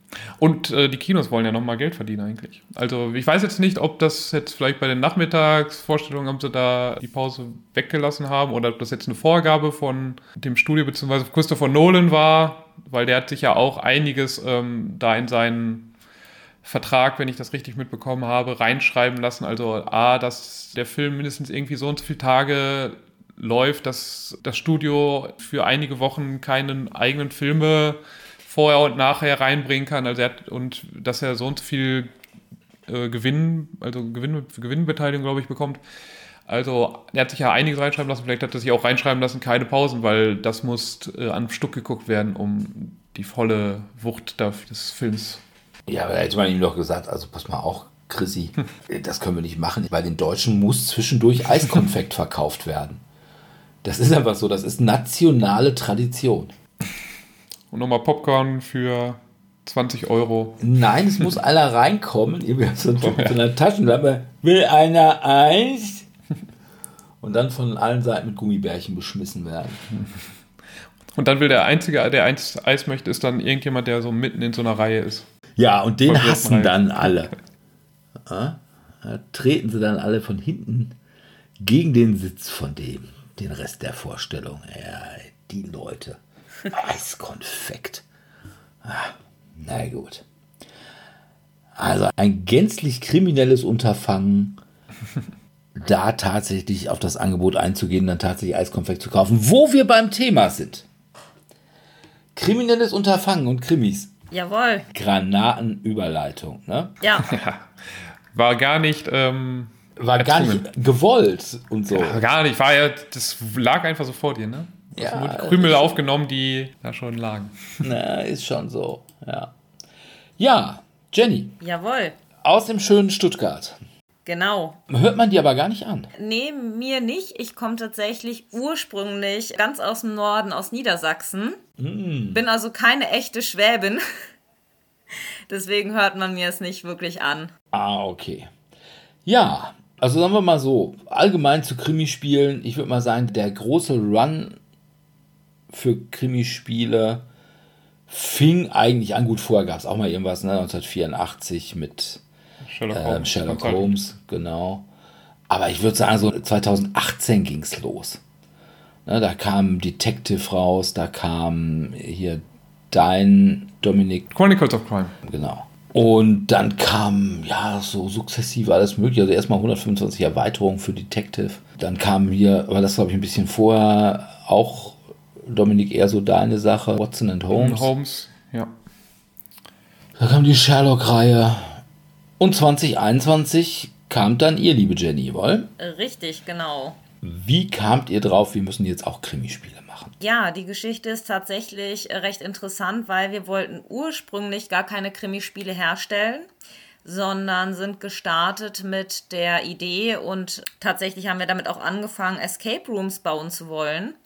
Und äh, die Kinos wollen ja nochmal Geld verdienen eigentlich. Also ich weiß jetzt nicht, ob das jetzt vielleicht bei den Nachmittagsvorstellungen, ob sie da die Pause weggelassen haben oder ob das jetzt eine Vorgabe von dem Studio bzw. Christopher Nolan war, weil der hat sich ja auch einiges ähm, da in seinen Vertrag, wenn ich das richtig mitbekommen habe, reinschreiben lassen. Also A, dass der Film mindestens irgendwie so und so viele Tage läuft, dass das Studio für einige Wochen keine eigenen Filme vorher und nachher reinbringen kann, also er hat, und dass er so und so viel äh, Gewinn, also Gewinn, Gewinnbeteiligung, glaube ich, bekommt. Also er hat sich ja einiges reinschreiben lassen, vielleicht hat er sich auch reinschreiben lassen, keine Pausen, weil das muss äh, am Stück geguckt werden, um die volle Wucht des Films. Ja, aber da hätte man ihm doch gesagt, also pass mal auch, Chrissy, das können wir nicht machen, weil den Deutschen muss zwischendurch Eiskonfekt verkauft werden. Das ist einfach so, das ist nationale Tradition. Und nochmal Popcorn für zwanzig Euro. Nein, es muss einer reinkommen. Irgendwie so ein Typ mit so einer Taschenlampe. Will einer Eis? Und dann von allen Seiten mit Gummibärchen beschmissen werden. Und dann will der Einzige, der Eis, Eis möchte, ist dann irgendjemand, der so mitten in so einer Reihe ist. Ja, und den hassen dann alle. Ja, da treten sie dann alle von hinten gegen den Sitz von dem, den Rest der Vorstellung. Ja, die Leute. Eiskonfekt. Ah, na gut. Also ein gänzlich kriminelles Unterfangen, da tatsächlich auf das Angebot einzugehen, dann tatsächlich Eiskonfekt zu kaufen, wo wir beim Thema sind. Kriminelles Unterfangen und Krimis. Jawohl. Granatenüberleitung, ne? Ja. Ja. War gar nicht... Ähm, War gar nicht gewollt und so. Ja, gar nicht. War ja, das lag einfach so vor dir, ne? Ja, nur die Krümel aufgenommen, die da schon lagen. Na, ist schon so, ja. Ja, Jenny. Jawohl. Aus dem schönen Stuttgart. Genau. Hört man die aber gar nicht an. Nee, mir nicht. Ich komme tatsächlich ursprünglich ganz aus dem Norden, aus Niedersachsen. Mm. Bin also keine echte Schwäbin. Deswegen hört man mir es nicht wirklich an. Ah, okay. Ja, also sagen wir mal so, allgemein zu Krimispielen, ich würde mal sagen, der große Run für Krimispiele fing eigentlich an. Gut, vorher gab es auch mal irgendwas, ne? neunzehnhundertvierundachtzig mit Sherlock Holmes, ähm, Sherlock Holmes genau. Aber ich würde sagen, so zweitausendachtzehn ging es los. Ne, da kam Detective raus, da kam hier dein Dominic. Chronicles of Crime. Genau. Und dann kam, ja, so sukzessive alles mögliche. Also erstmal hundertfünfundzwanzig Erweiterungen für Detective. Dann kam hier, aber das glaube ich ein bisschen vorher, auch Dominik, eher so deine Sache, Watson and Holmes. Holmes, ja. Da kam die Sherlock-Reihe. Und zwanzig einundzwanzig kam dann ihr, liebe Jenny, wohl? Richtig, genau. Wie kamt ihr drauf, wir müssen jetzt auch Krimispiele machen? Ja, die Geschichte ist tatsächlich recht interessant, weil wir wollten ursprünglich gar keine Krimispiele herstellen, sondern sind gestartet mit der Idee und tatsächlich haben wir damit auch angefangen, Escape Rooms bauen zu wollen.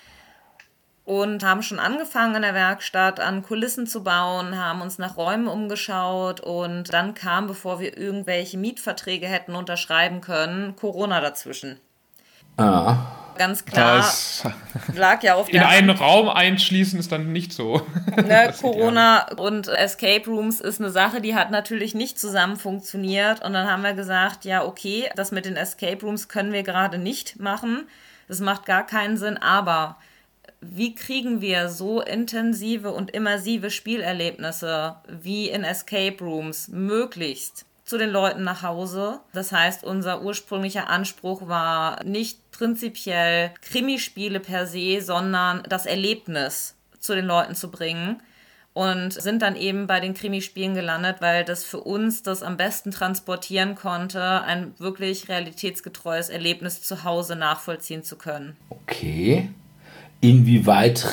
Und haben schon angefangen in der Werkstatt an Kulissen zu bauen, haben uns nach Räumen umgeschaut und dann kam, bevor wir irgendwelche Mietverträge hätten unterschreiben können, Corona dazwischen. Ah. Ganz klar, Das lag ja auf in der einen Raum einschließen ist dann nicht so. Ne, Corona und Escape Rooms ist eine Sache, die hat natürlich nicht zusammen funktioniert und dann haben wir gesagt, ja okay, das mit den Escape Rooms können wir gerade nicht machen, das macht gar keinen Sinn, aber wie kriegen wir so intensive und immersive Spielerlebnisse wie in Escape Rooms möglichst zu den Leuten nach Hause? Das heißt, unser ursprünglicher Anspruch war nicht prinzipiell Krimispiele per se, sondern das Erlebnis zu den Leuten zu bringen und sind dann eben bei den Krimispielen gelandet, weil das für uns das am besten transportieren konnte, ein wirklich realitätsgetreues Erlebnis zu Hause nachvollziehen zu können. Okay. Inwieweit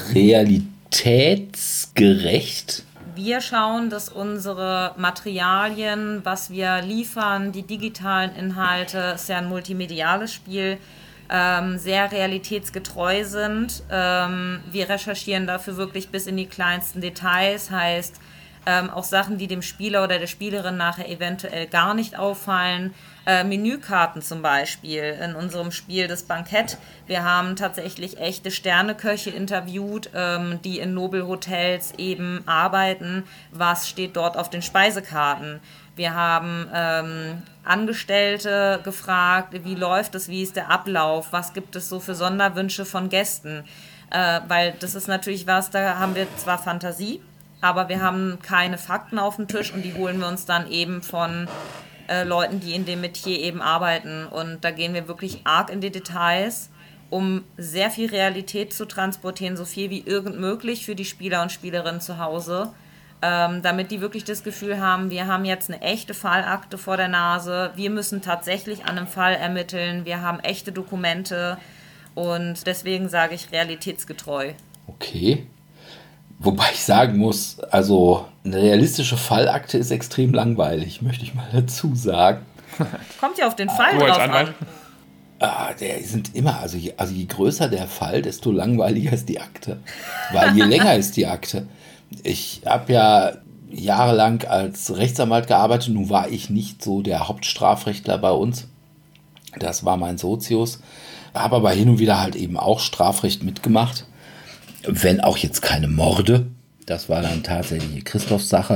realitätsgerecht? Wir schauen, dass unsere Materialien, was wir liefern, die digitalen Inhalte, ist ja ein multimediales Spiel, ähm, sehr realitätsgetreu sind. Ähm, wir recherchieren dafür wirklich bis in die kleinsten Details, heißt Ähm, auch Sachen, die dem Spieler oder der Spielerin nachher eventuell gar nicht auffallen. Äh, Menükarten zum Beispiel in unserem Spiel Das Bankett. Wir haben tatsächlich echte Sterneköche interviewt, ähm, die in Nobelhotels eben arbeiten. Was steht dort auf den Speisekarten? Wir haben ähm, Angestellte gefragt, wie läuft es, wie ist der Ablauf, was gibt es so für Sonderwünsche von Gästen. Äh, weil das ist natürlich was, da haben wir zwar Fantasie, aber wir haben keine Fakten auf dem Tisch und die holen wir uns dann eben von äh, Leuten, die in dem Metier eben arbeiten. Und da gehen wir wirklich arg in die Details, um sehr viel Realität zu transportieren, so viel wie irgend möglich für die Spieler und Spielerinnen zu Hause, ähm, damit die wirklich das Gefühl haben, wir haben jetzt eine echte Fallakte vor der Nase, wir müssen tatsächlich an einem Fall ermitteln, wir haben echte Dokumente und deswegen sage ich realitätsgetreu. Okay. Wobei ich sagen muss, also eine realistische Fallakte ist extrem langweilig, möchte ich mal dazu sagen. Kommt ja auf den Fall Du als drauf Anwalt? an. Ah, der sind immer, also je, also je größer der Fall, desto langweiliger ist die Akte. Weil je länger ist die Akte. Ich habe ja jahrelang als Rechtsanwalt gearbeitet, nun war ich nicht so der Hauptstrafrechtler bei uns. Das war mein Sozius. Habe aber hin und wieder halt eben auch Strafrecht mitgemacht. Wenn auch jetzt keine Morde. Das war dann tatsächlich Christophs Sache.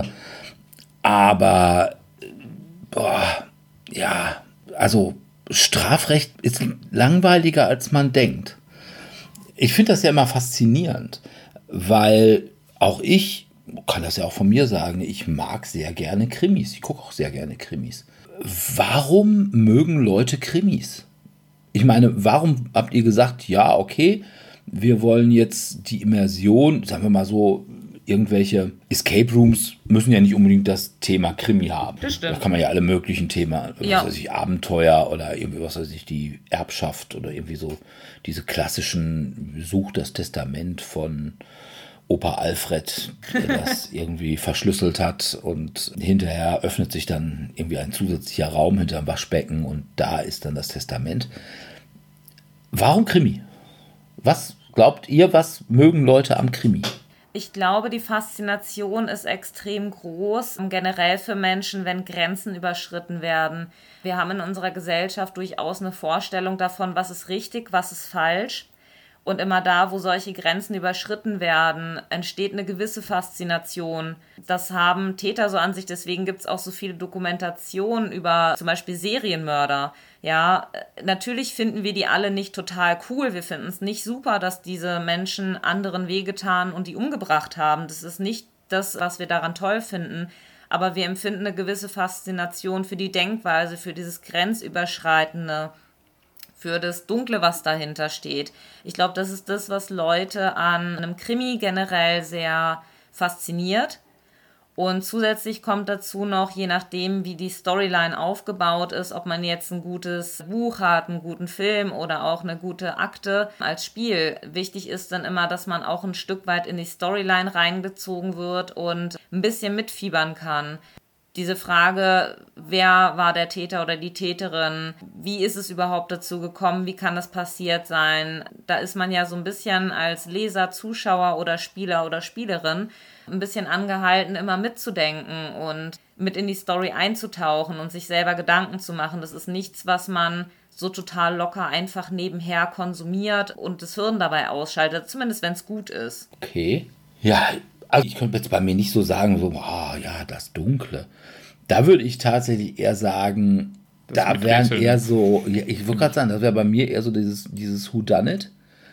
Aber, boah, ja, also Strafrecht ist langweiliger, als man denkt. Ich finde das ja immer faszinierend, weil auch ich, kann das ja auch von mir sagen, ich mag sehr gerne Krimis. Ich gucke auch sehr gerne Krimis. Warum mögen Leute Krimis? Ich meine, warum habt ihr gesagt, ja, okay, wir wollen jetzt die Immersion, sagen wir mal so, irgendwelche Escape Rooms müssen ja nicht unbedingt das Thema Krimi haben. Das stimmt. Da kann man ja alle möglichen Themen, Ja. was weiß ich, Abenteuer oder irgendwie, was weiß ich, die Erbschaft oder irgendwie so diese klassischen Such das Testament von Opa Alfred, der das irgendwie verschlüsselt hat und hinterher öffnet sich dann irgendwie ein zusätzlicher Raum hinter dem Waschbecken und da ist dann das Testament. Warum Krimi? Was glaubt ihr, was mögen Leute am Krimi? Ich glaube, die Faszination ist extrem groß, generell für Menschen, wenn Grenzen überschritten werden. Wir haben in unserer Gesellschaft durchaus eine Vorstellung davon, was ist richtig, was ist falsch. Und immer da, wo solche Grenzen überschritten werden, entsteht eine gewisse Faszination. Das haben Täter so an sich, deswegen gibt es auch so viele Dokumentationen über zum Beispiel Serienmörder. Ja, natürlich finden wir die alle nicht total cool. Wir finden es nicht super, dass diese Menschen anderen wehgetan und die umgebracht haben. Das ist nicht das, was wir daran toll finden. Aber wir empfinden eine gewisse Faszination für die Denkweise, für dieses Grenzüberschreitende, für das Dunkle, was dahinter steht. Ich glaube, das ist das, was Leute an einem Krimi generell sehr fasziniert. Und zusätzlich kommt dazu noch, je nachdem, wie die Storyline aufgebaut ist, ob man jetzt ein gutes Buch hat, einen guten Film oder auch eine gute Akte als Spiel. Wichtig ist dann immer, dass man auch ein Stück weit in die Storyline reingezogen wird und ein bisschen mitfiebern kann. Diese Frage, wer war der Täter oder die Täterin, wie ist es überhaupt dazu gekommen, wie kann das passiert sein, da ist man ja so ein bisschen als Leser, Zuschauer oder Spieler oder Spielerin ein bisschen angehalten, immer mitzudenken und mit in die Story einzutauchen und sich selber Gedanken zu machen. Das ist nichts, was man so total locker einfach nebenher konsumiert und das Hirn dabei ausschaltet, zumindest wenn es gut ist. Okay. Ja, also ich könnte jetzt bei mir nicht so sagen, so, oh, ja, das Dunkle. Da würde ich tatsächlich eher sagen, Das da mit wären Rätseln. eher so, ja, ich würde gerade sagen, das wäre bei mir eher so dieses, dieses Whodunit.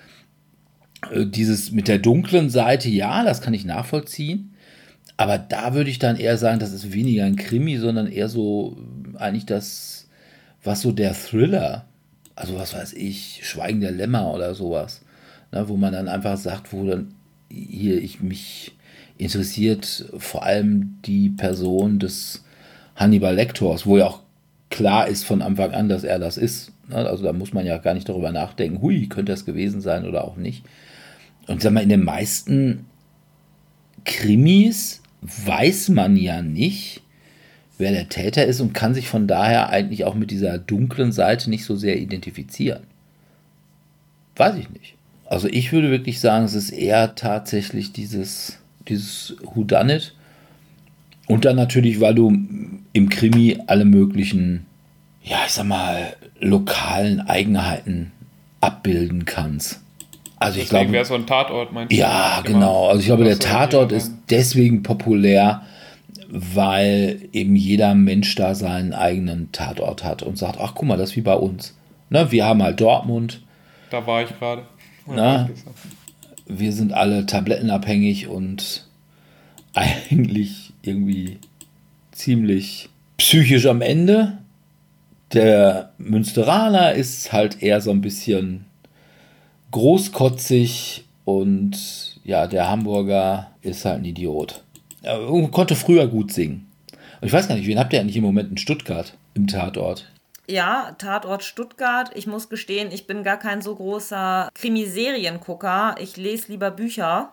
Äh, Dieses mit der dunklen Seite, ja, das kann ich nachvollziehen. Aber da würde ich dann eher sagen, das ist weniger ein Krimi, sondern eher so äh, eigentlich das, was so der Thriller, also was weiß ich, Schweigen der Lämmer oder sowas, ne, wo man dann einfach sagt, wo dann hier ich mich interessiert vor allem die Person des Hannibal Lectors, wo ja auch klar ist von Anfang an, dass er das ist. Ne? Also da muss man ja gar nicht darüber nachdenken, hui, könnte das gewesen sein oder auch nicht. Und sag mal, in den meisten Krimis weiß man ja nicht, wer der Täter ist und kann sich von daher eigentlich auch mit dieser dunklen Seite nicht so sehr identifizieren. Weiß ich nicht. Also ich würde wirklich sagen, es ist eher tatsächlich dieses, dieses Whodunit Und dann natürlich, weil du im Krimi alle möglichen, ja, ich sag mal, lokalen Eigenheiten abbilden kannst. Also ich Deswegen glaube, wäre so ein Tatort, meinst du? ja, genau. Also ich glaube, der Tatort ist deswegen populär, weil eben jeder Mensch da seinen eigenen Tatort hat und sagt, ach guck mal, das ist wie bei uns. Ne, wir haben halt Dortmund. Da war ich gerade. Na, wir sind alle tablettenabhängig und eigentlich irgendwie ziemlich psychisch am Ende. Der Münsteraner ist halt eher so ein bisschen großkotzig und ja, der Hamburger ist halt ein Idiot. Er konnte früher gut singen. Und ich weiß gar nicht, wen habt ihr eigentlich im Moment in Stuttgart im Tatort? Ja, Tatort Stuttgart. Ich muss gestehen, ich bin gar kein so großer Krimiseriengucker. Ich lese lieber Bücher.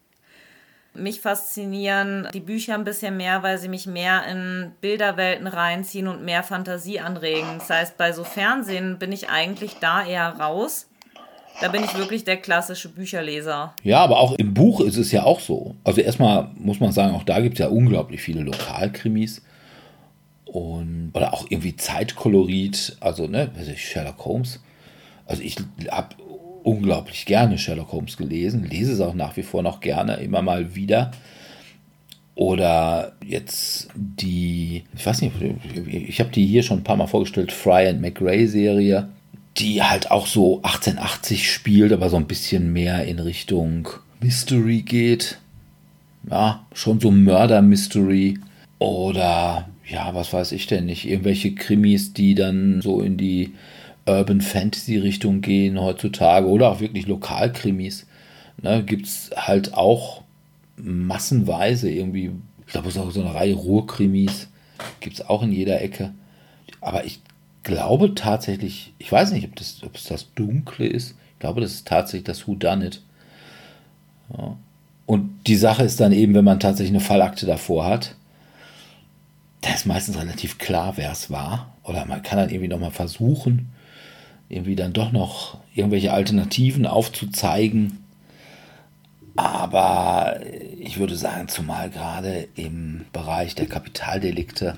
Mich faszinieren die Bücher ein bisschen mehr, weil sie mich mehr in Bilderwelten reinziehen und mehr Fantasie anregen. Das heißt, bei so Fernsehen bin ich eigentlich da eher raus. Da bin ich wirklich der klassische Bücherleser. Ja, aber auch im Buch ist es ja auch so. Also erstmal muss man sagen, auch da gibt es ja unglaublich viele Lokalkrimis. Und, oder auch irgendwie Zeitkolorit, also ne, weiß ich, Sherlock Holmes. Also ich habe unglaublich gerne Sherlock Holmes gelesen, lese es auch nach wie vor noch gerne, immer mal wieder. Oder jetzt die, ich weiß nicht, ich habe die hier schon ein paar Mal vorgestellt, Fry and McRae-Serie, die halt auch so achtzehnhundertachtzig spielt, aber so ein bisschen mehr in Richtung Mystery geht. Ja, schon so Murder-Mystery. Oder, ja, was weiß ich denn nicht, irgendwelche Krimis, die dann so in die Urban Fantasy-Richtung gehen heutzutage. Oder auch wirklich Lokalkrimis. Ne, gibt es halt auch massenweise irgendwie, ich glaube, es ist auch so eine Reihe Ruhrkrimis, gibt es auch in jeder Ecke. Aber ich glaube tatsächlich, ich weiß nicht, ob, das, ob es das Dunkle ist. Ich glaube, das ist tatsächlich das Whodunit. Ja. Und die Sache ist dann eben, wenn man tatsächlich eine Fallakte davor hat, da ist meistens relativ klar, wer es war. Oder man kann dann irgendwie nochmal versuchen, irgendwie dann doch noch irgendwelche Alternativen aufzuzeigen. Aber ich würde sagen, zumal gerade im Bereich der Kapitaldelikte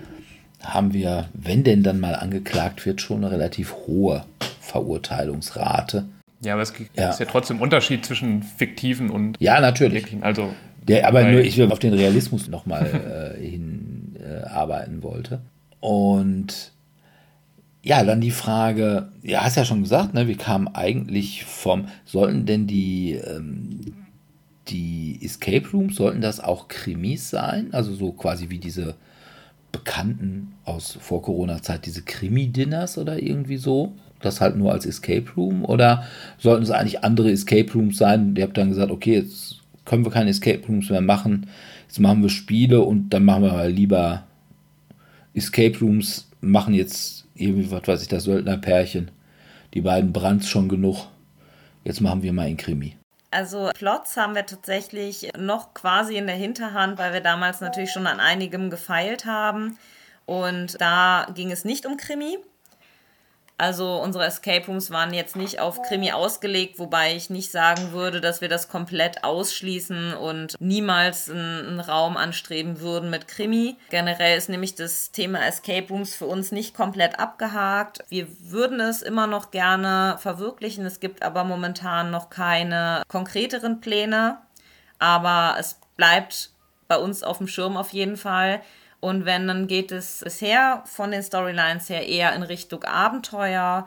haben wir, wenn denn dann mal angeklagt wird, schon eine relativ hohe Verurteilungsrate. Ja, aber es gibt ja. ja trotzdem Unterschied zwischen fiktiven und ja, natürlich. wirklichen. Also, der, aber nur ich will auf den Realismus nochmal äh, hinarbeiten äh, wollte. Und ja, dann die Frage, ja, hast ja schon gesagt, ne, wir kamen eigentlich vom, sollten denn die, ähm, die Escape Rooms, sollten das auch Krimis sein? Also so quasi wie diese Bekannten aus Vor-Corona-Zeit, diese Krimi-Dinners oder irgendwie so? Das halt nur als Escape Room? Oder sollten es eigentlich andere Escape Rooms sein? Ihr habt dann gesagt, okay, jetzt können wir keine Escape Rooms mehr machen. Jetzt machen wir Spiele und dann machen wir mal lieber Escape Rooms, machen jetzt irgendwie, was weiß ich, das Söldnerpärchen. Die beiden Brands schon genug. Jetzt machen wir mal einen Krimi. Also Plots haben wir tatsächlich noch quasi in der Hinterhand, weil wir damals natürlich schon an einigem gefeilt haben. Und da ging es nicht um Krimi. Also unsere Escape Rooms waren jetzt nicht auf Krimi ausgelegt, wobei ich nicht sagen würde, dass wir das komplett ausschließen und niemals einen, einen Raum anstreben würden mit Krimi. Generell ist nämlich das Thema Escape Rooms für uns nicht komplett abgehakt. Wir würden es immer noch gerne verwirklichen. Es gibt aber momentan noch keine konkreteren Pläne. Aber es bleibt bei uns auf dem Schirm auf jeden Fall. Und wenn, dann geht es bisher von den Storylines her eher in Richtung Abenteuer.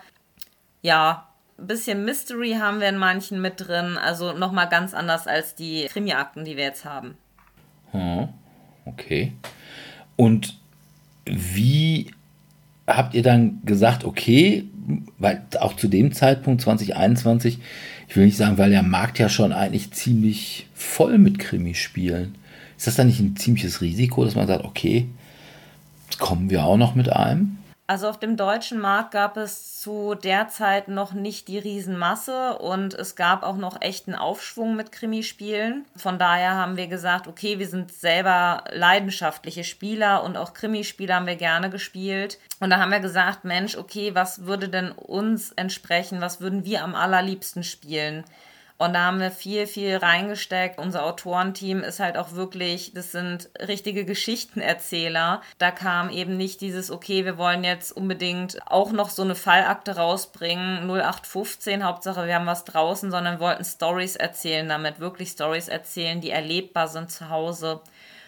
Ja, ein bisschen Mystery haben wir in manchen mit drin. Also nochmal ganz anders als die Krimi-Akten, die wir jetzt haben. Hm, okay. Und wie habt ihr dann gesagt, okay, weil auch zu dem Zeitpunkt zwanzig einundzwanzig, ich will nicht sagen, weil der Markt ja schon eigentlich ziemlich voll mit Krimispielen. Ist das dann nicht ein ziemliches Risiko, dass man sagt, okay, jetzt kommen wir auch noch mit einem? Also auf dem deutschen Markt gab es zu der Zeit noch nicht die Riesenmasse und es gab auch noch echten Aufschwung mit Krimispielen. Von daher haben wir gesagt, okay, wir sind selber leidenschaftliche Spieler und auch Krimispiele haben wir gerne gespielt. Und da haben wir gesagt, Mensch, okay, was würde denn uns entsprechen? Was würden wir am allerliebsten spielen? Und da haben wir viel, viel reingesteckt. Unser Autorenteam ist halt auch wirklich, das sind richtige Geschichtenerzähler. Da kam eben nicht dieses, okay, wir wollen jetzt unbedingt auch noch so eine Fallakte rausbringen, null acht fünfzehn, Hauptsache wir haben was draußen, sondern wollten Storys erzählen damit, wirklich Storys erzählen, die erlebbar sind zu Hause.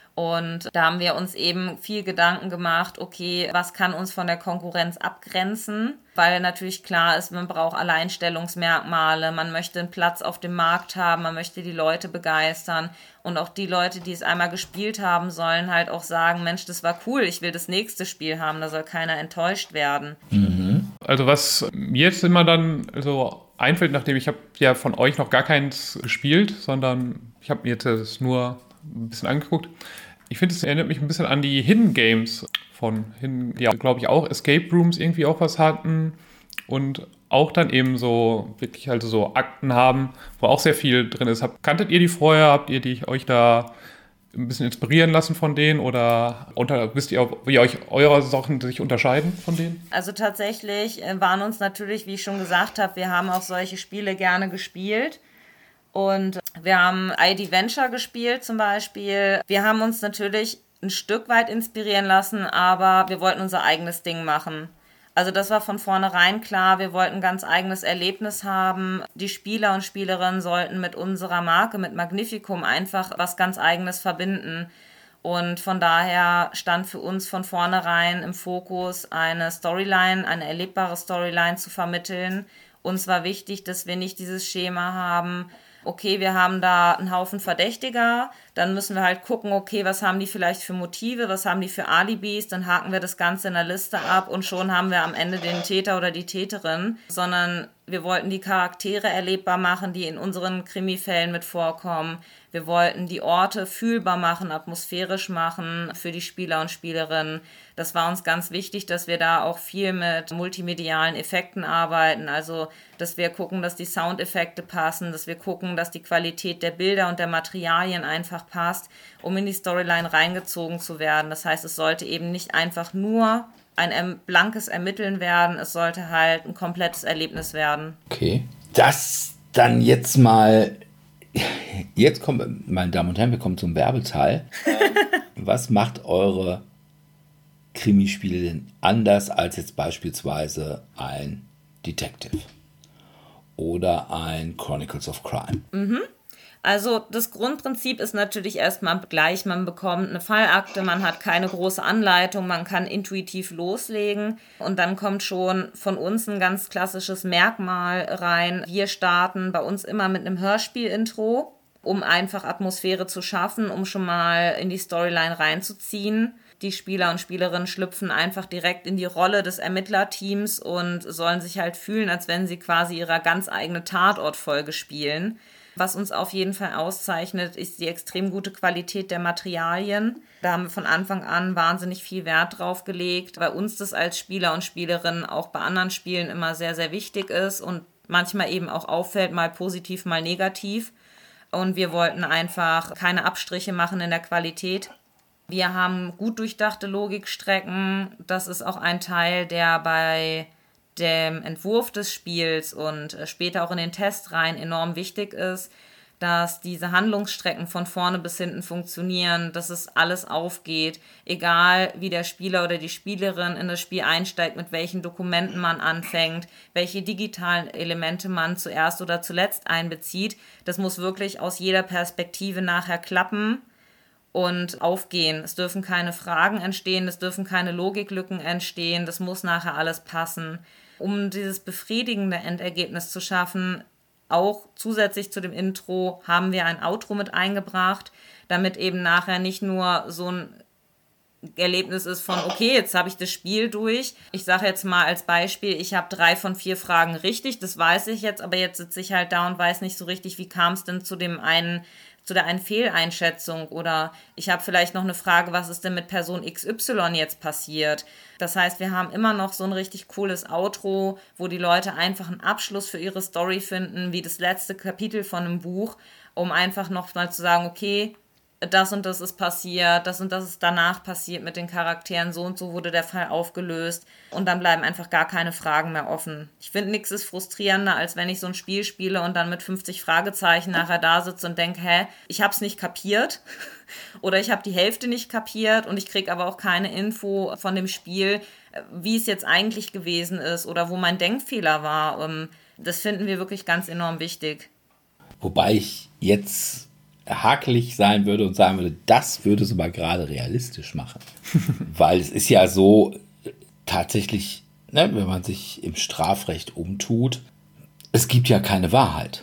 Und da haben wir uns eben viel Gedanken gemacht, okay, was kann uns von der Konkurrenz abgrenzen? Weil natürlich klar ist, man braucht Alleinstellungsmerkmale, man möchte einen Platz auf dem Markt haben, man möchte die Leute begeistern. Und auch die Leute, die es einmal gespielt haben, sollen halt auch sagen, Mensch, das war cool, ich will das nächste Spiel haben, da soll keiner enttäuscht werden. Mhm. Also was mir jetzt immer dann so einfällt, nachdem ich habe ja von euch noch gar keins gespielt, sondern ich habe mir jetzt das nur ein bisschen angeguckt. Ich finde, es erinnert mich ein bisschen an die Hidden Games von Hidden, die ja, glaube ich, auch Escape Rooms irgendwie auch was hatten und auch dann eben so wirklich halt so Akten haben, wo auch sehr viel drin ist. Hab, kanntet ihr die vorher? Habt ihr die euch da ein bisschen inspirieren lassen von denen oder unter, wisst ihr, wie euch eure Sachen sich unterscheiden von denen? Also tatsächlich waren uns natürlich, wie ich schon gesagt habe, wir haben auch solche Spiele gerne gespielt. Und wir haben I D Venture gespielt zum Beispiel. Wir haben uns natürlich ein Stück weit inspirieren lassen, aber wir wollten unser eigenes Ding machen. Also das war von vornherein klar, wir wollten ein ganz eigenes Erlebnis haben. Die Spieler und Spielerinnen sollten mit unserer Marke, mit Magnificum einfach was ganz Eigenes verbinden. Und von daher stand für uns von vornherein im Fokus, eine Storyline, eine erlebbare Storyline zu vermitteln. Uns war wichtig, dass wir nicht dieses Schema haben, okay, wir haben da einen Haufen Verdächtiger, dann müssen wir halt gucken, okay, was haben die vielleicht für Motive, was haben die für Alibis, dann haken wir das Ganze in der Liste ab und schon haben wir am Ende den Täter oder die Täterin, sondern wir wollten die Charaktere erlebbar machen, die in unseren Krimifällen mit vorkommen. Wir wollten die Orte fühlbar machen, atmosphärisch machen für die Spieler und Spielerinnen. Das war uns ganz wichtig, dass wir da auch viel mit multimedialen Effekten arbeiten. Also, dass wir gucken, dass die Soundeffekte passen, dass wir gucken, dass die Qualität der Bilder und der Materialien einfach passt, um in die Storyline reingezogen zu werden. Das heißt, es sollte eben nicht einfach nur ein blankes Ermitteln werden, es sollte halt ein komplettes Erlebnis werden. Okay. Das dann jetzt mal, jetzt kommen, meine Damen und Herren, wir kommen zum Werbeteil. Was macht eure Krimispiele denn anders als jetzt beispielsweise ein Detective oder ein Chronicles of Crime? Mhm. Also das Grundprinzip ist natürlich erstmal gleich, man bekommt eine Fallakte, man hat keine große Anleitung, man kann intuitiv loslegen und dann kommt schon von uns ein ganz klassisches Merkmal rein. Wir starten bei uns immer mit einem Hörspiel-Intro, um einfach Atmosphäre zu schaffen, um schon mal in die Storyline reinzuziehen. Die Spieler und Spielerinnen schlüpfen einfach direkt in die Rolle des Ermittlerteams und sollen sich halt fühlen, als wenn sie quasi ihre ganz eigene Tatortfolge spielen. Was uns auf jeden Fall auszeichnet, ist die extrem gute Qualität der Materialien. Da haben wir von Anfang an wahnsinnig viel Wert drauf gelegt, weil uns das als Spieler und Spielerinnen auch bei anderen Spielen immer sehr, sehr wichtig ist und manchmal eben auch auffällt, mal positiv, mal negativ. Und wir wollten einfach keine Abstriche machen in der Qualität. Wir haben gut durchdachte Logikstrecken. Das ist auch ein Teil, der bei dem Entwurf des Spiels und später auch in den Test rein enorm wichtig ist, dass diese Handlungsstrecken von vorne bis hinten funktionieren, dass es alles aufgeht, egal wie der Spieler oder die Spielerin in das Spiel einsteigt, mit welchen Dokumenten man anfängt, welche digitalen Elemente man zuerst oder zuletzt einbezieht. Das muss wirklich aus jeder Perspektive nachher klappen und aufgehen. Es dürfen keine Fragen entstehen, es dürfen keine Logiklücken entstehen, das muss nachher alles passen. Um dieses befriedigende Endergebnis zu schaffen, auch zusätzlich zu dem Intro haben wir ein Outro mit eingebracht, damit eben nachher nicht nur so ein Erlebnis ist von, okay, jetzt habe ich das Spiel durch. Ich sage jetzt mal als Beispiel, ich habe drei von vier Fragen richtig, das weiß ich jetzt, aber jetzt sitze ich halt da und weiß nicht so richtig, wie kam es denn zu dem einen, zu der einen Fehleinschätzung oder ich habe vielleicht noch eine Frage, was ist denn mit Person X Y jetzt passiert? Das heißt, wir haben immer noch so ein richtig cooles Outro, wo die Leute einfach einen Abschluss für ihre Story finden, wie das letzte Kapitel von einem Buch, um einfach noch mal zu sagen, okay, das und das ist passiert, das und das ist danach passiert mit den Charakteren, so und so wurde der Fall aufgelöst und dann bleiben einfach gar keine Fragen mehr offen. Ich finde, nichts ist frustrierender, als wenn ich so ein Spiel spiele und dann mit fünfzig Fragezeichen nachher da sitze und denke, hä, ich hab's nicht kapiert oder ich habe die Hälfte nicht kapiert und ich kriege aber auch keine Info von dem Spiel, wie es jetzt eigentlich gewesen ist oder wo mein Denkfehler war. Das finden wir wirklich ganz enorm wichtig. Wobei ich jetzt hakelig sein würde und sagen würde, das würde es aber gerade realistisch machen. Weil es ist ja so, tatsächlich, ne, wenn man sich im Strafrecht umtut, es gibt ja keine Wahrheit.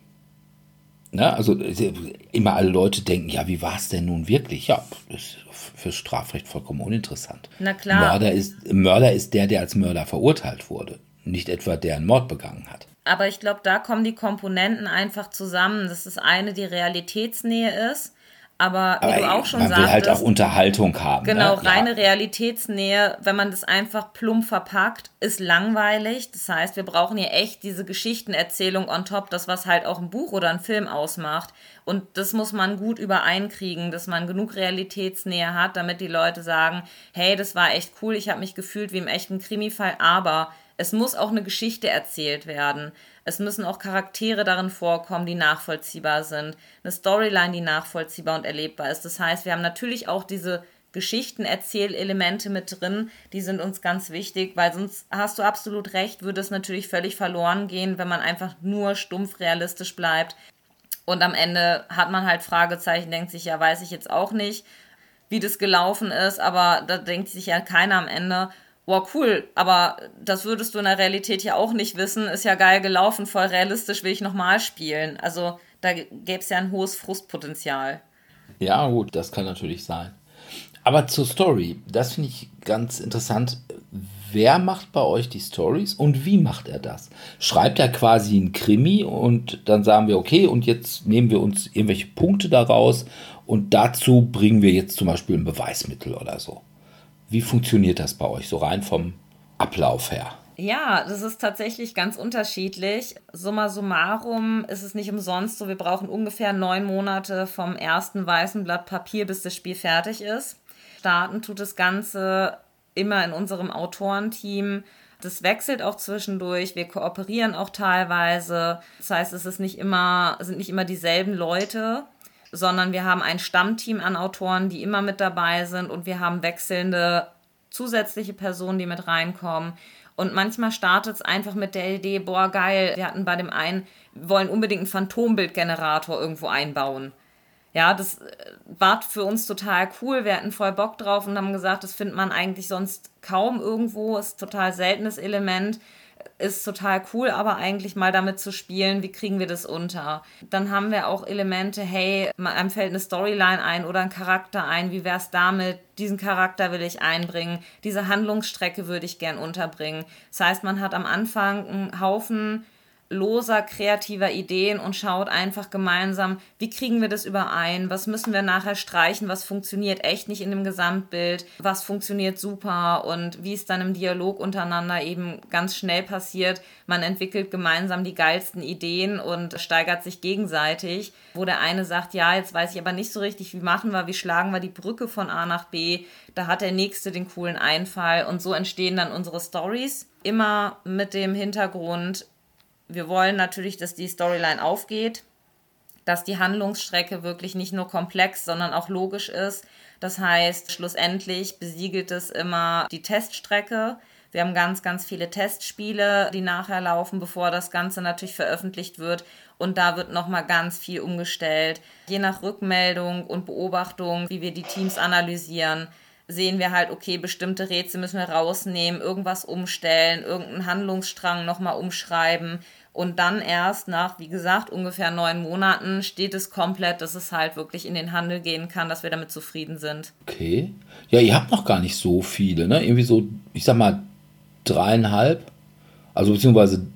Ne, also immer alle Leute denken, ja, wie war es denn nun wirklich? Ja, das ist fürs Strafrecht vollkommen uninteressant. Na klar. Mörder ist, Mörder ist der, der als Mörder verurteilt wurde, nicht etwa der einen Mord begangen hat. Aber ich glaube, da kommen die Komponenten einfach zusammen. Das ist eine, die Realitätsnähe ist. Aber wie Aber du auch schon man sagtest, will halt auch Unterhaltung haben. Genau, ne? reine Ja. Realitätsnähe, wenn man das einfach plump verpackt, ist langweilig. Das heißt, wir brauchen hier echt diese Geschichtenerzählung on top, das, was halt auch ein Buch oder ein Film ausmacht. Und das muss man gut übereinkriegen, dass man genug Realitätsnähe hat, damit die Leute sagen, hey, das war echt cool, ich habe mich gefühlt wie im echten Krimifall, aber es muss auch eine Geschichte erzählt werden. Es müssen auch Charaktere darin vorkommen, die nachvollziehbar sind. Eine Storyline, die nachvollziehbar und erlebbar ist. Das heißt, wir haben natürlich auch diese Geschichtenerzählelemente mit drin, die sind uns ganz wichtig, weil sonst hast du absolut recht, würde es natürlich völlig verloren gehen, wenn man einfach nur stumpf realistisch bleibt. Und am Ende hat man halt Fragezeichen, denkt sich, ja, weiß ich jetzt auch nicht, wie das gelaufen ist, aber da denkt sich ja keiner am Ende, wow, cool, aber das würdest du in der Realität ja auch nicht wissen, ist ja geil gelaufen, voll realistisch, will ich nochmal spielen. Also da gäbe es ja ein hohes Frustpotenzial. Ja, gut, das kann natürlich sein. Aber zur Story, das finde ich ganz interessant. Wer macht bei euch die Stories und wie macht er das? Schreibt er quasi einen Krimi und dann sagen wir, okay, und jetzt nehmen wir uns irgendwelche Punkte daraus und dazu bringen wir jetzt zum Beispiel ein Beweismittel oder so. Wie funktioniert das bei euch so rein vom Ablauf her? Ja, das ist tatsächlich ganz unterschiedlich. Summa summarum ist es nicht umsonst so, wir brauchen ungefähr neun Monate vom ersten weißen Blatt Papier, bis das Spiel fertig ist. Starten tut das Ganze immer in unserem Autorenteam. Das wechselt auch zwischendurch, wir kooperieren auch teilweise. Das heißt, es ist nicht immer, sind nicht immer dieselben Leute, sondern wir haben ein Stammteam an Autoren, die immer mit dabei sind und wir haben wechselnde zusätzliche Personen, die mit reinkommen. Und manchmal startet es einfach mit der Idee, boah, geil, wir hatten bei dem einen, wir wollen unbedingt einen Phantombildgenerator irgendwo einbauen. Ja, das war für uns total cool, wir hatten voll Bock drauf und haben gesagt, das findet man eigentlich sonst kaum irgendwo, ist ein total seltenes Element. Ist total cool, aber eigentlich mal damit zu spielen, wie kriegen wir das unter. Dann haben wir auch Elemente, hey, einem fällt eine Storyline ein oder ein Charakter ein, wie wär's damit, diesen Charakter will ich einbringen, diese Handlungsstrecke würde ich gern unterbringen. Das heißt, man hat am Anfang einen Haufen loser, kreativer Ideen und schaut einfach gemeinsam, wie kriegen wir das überein, was müssen wir nachher streichen, was funktioniert echt nicht in dem Gesamtbild, was funktioniert super und wie es dann im Dialog untereinander eben ganz schnell passiert. Man entwickelt gemeinsam die geilsten Ideen und steigert sich gegenseitig, wo der eine sagt, ja, jetzt weiß ich aber nicht so richtig, wie machen wir, wie schlagen wir die Brücke von A nach B, da hat der Nächste den coolen Einfall und so entstehen dann unsere Stories, immer mit dem Hintergrund, wir wollen natürlich, dass die Storyline aufgeht, dass die Handlungsstrecke wirklich nicht nur komplex, sondern auch logisch ist. Das heißt, schlussendlich besiegelt es immer die Teststrecke. Wir haben ganz, ganz viele Testspiele, die nachher laufen, bevor das Ganze natürlich veröffentlicht wird. Und da wird nochmal ganz viel umgestellt. Je nach Rückmeldung und Beobachtung, wie wir die Teams analysieren, sehen wir halt, okay, bestimmte Rätsel müssen wir rausnehmen, irgendwas umstellen, irgendeinen Handlungsstrang nochmal umschreiben und dann erst nach, wie gesagt, ungefähr neun Monaten steht es komplett, dass es halt wirklich in den Handel gehen kann, dass wir damit zufrieden sind. Okay. Ja, ihr habt noch gar nicht so viele, ne? Irgendwie so, ich sag mal, dreieinhalb, also beziehungsweise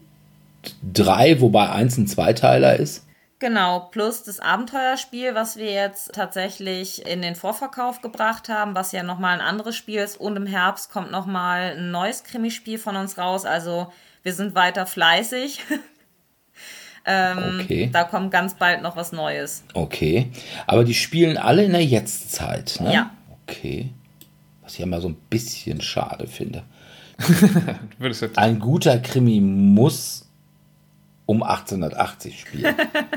drei, wobei eins ein Zweiteiler ist. Genau, plus das Abenteuerspiel, was wir jetzt tatsächlich in den Vorverkauf gebracht haben, was ja nochmal ein anderes Spiel ist. Und im Herbst kommt nochmal ein neues Krimispiel von uns raus. Also wir sind weiter fleißig. Ähm, okay. Da kommt ganz bald noch was Neues. Okay. Aber die spielen alle in der Jetztzeit, ne? Ja. Okay. Was ich ja mal so ein bisschen schade finde. jetzt Ein guter Krimi muss um achtzehnhundertachtzig spielen.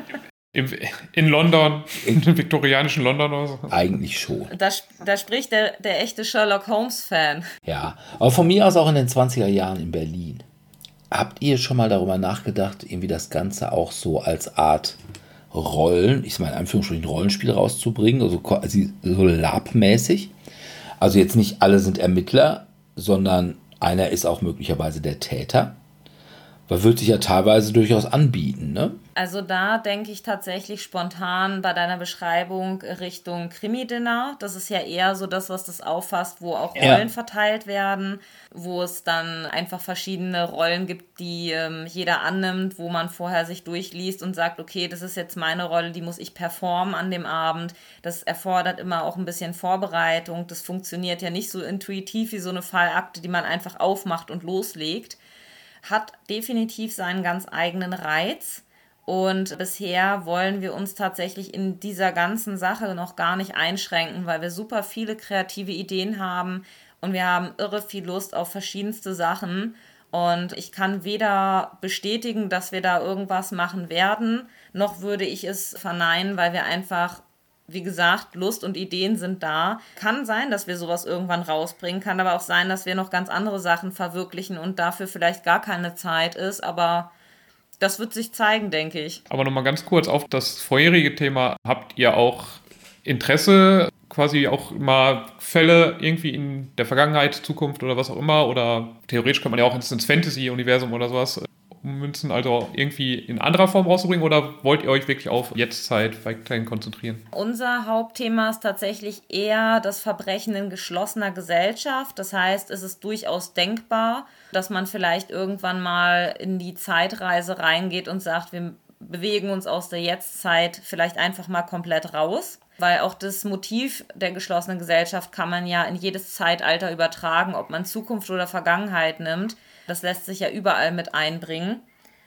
Im, in London, im viktorianischen London oder so. Eigentlich schon. Da, da spricht der, der echte Sherlock Holmes-Fan. Ja, aber von mir aus auch in den zwanziger Jahren in Berlin. Habt ihr schon mal darüber nachgedacht, irgendwie das Ganze auch so als Art Rollen, ich meine in Anführungsstrichen Rollenspiel rauszubringen, also quasi so Lab-mäßig? Also jetzt nicht alle sind Ermittler, sondern einer ist auch möglicherweise der Täter. Weil wird sich ja teilweise durchaus anbieten, ne? Also da denke ich tatsächlich spontan bei deiner Beschreibung Richtung Krimi-Dinner. Das ist ja eher so das, was das auffasst, wo auch Rollen ja. verteilt werden, wo es dann einfach verschiedene Rollen gibt, die ähm, jeder annimmt, wo man vorher sich durchliest und sagt, okay, das ist jetzt meine Rolle, die muss ich performen an dem Abend. Das erfordert immer auch ein bisschen Vorbereitung. Das funktioniert ja nicht so intuitiv wie so eine Fallakte, die man einfach aufmacht und loslegt. Hat definitiv seinen ganz eigenen Reiz und bisher wollen wir uns tatsächlich in dieser ganzen Sache noch gar nicht einschränken, weil wir super viele kreative Ideen haben und wir haben irre viel Lust auf verschiedenste Sachen und ich kann weder bestätigen, dass wir da irgendwas machen werden, noch würde ich es verneinen, weil wir einfach, wie gesagt, Lust und Ideen sind da. Kann sein, dass wir sowas irgendwann rausbringen, kann aber auch sein, dass wir noch ganz andere Sachen verwirklichen und dafür vielleicht gar keine Zeit ist, aber das wird sich zeigen, denke ich. Aber nochmal ganz kurz auf das vorherige Thema. Habt ihr auch Interesse, quasi auch mal Fälle irgendwie in der Vergangenheit, Zukunft oder was auch immer, oder theoretisch kann man ja auch ins Fantasy-Universum oder sowas ummünzen, also irgendwie in anderer Form rauszubringen, oder wollt ihr euch wirklich auf Jetztzeit weiterhin konzentrieren? Unser Hauptthema ist tatsächlich eher das Verbrechen in geschlossener Gesellschaft. Das heißt, es ist durchaus denkbar, dass man vielleicht irgendwann mal in die Zeitreise reingeht und sagt, wir bewegen uns aus der Jetztzeit vielleicht einfach mal komplett raus. Weil auch das Motiv der geschlossenen Gesellschaft kann man ja in jedes Zeitalter übertragen, ob man Zukunft oder Vergangenheit nimmt. Das lässt sich ja überall mit einbringen.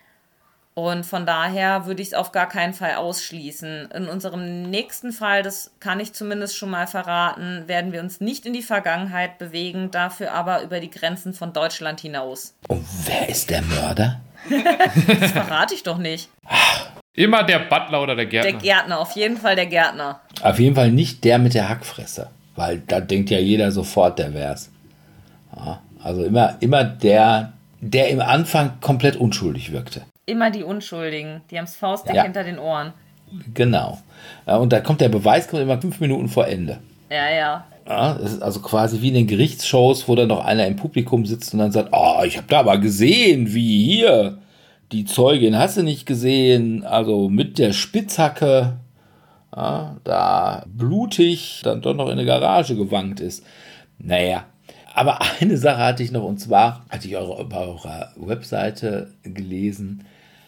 Und von daher würde ich es auf gar keinen Fall ausschließen. In unserem nächsten Fall, das kann ich zumindest schon mal verraten, werden wir uns nicht in die Vergangenheit bewegen, dafür aber über die Grenzen von Deutschland hinaus. Und wer ist der Mörder? Das verrate ich doch nicht. Immer der Butler oder der Gärtner. Der Gärtner, auf jeden Fall der Gärtner. Auf jeden Fall nicht der mit der Hackfresse, weil da denkt ja jeder sofort, der wär's. Ja, also immer, immer der, der im Anfang komplett unschuldig wirkte. Immer die Unschuldigen, die haben's faustdick ja. hinter den Ohren. Genau. Ja, und da kommt der Beweis kommt immer fünf Minuten vor Ende. Ja, ja. Ja, das ist also quasi wie in den Gerichtsshows, wo dann noch einer im Publikum sitzt und dann sagt, oh, ich habe da aber gesehen, wie hier, die Zeugin hast du nicht gesehen, also mit der Spitzhacke, ja, da blutig dann doch noch in eine Garage gewankt ist. Naja, aber eine Sache hatte ich noch, und zwar hatte ich eure, auf eurer Webseite gelesen,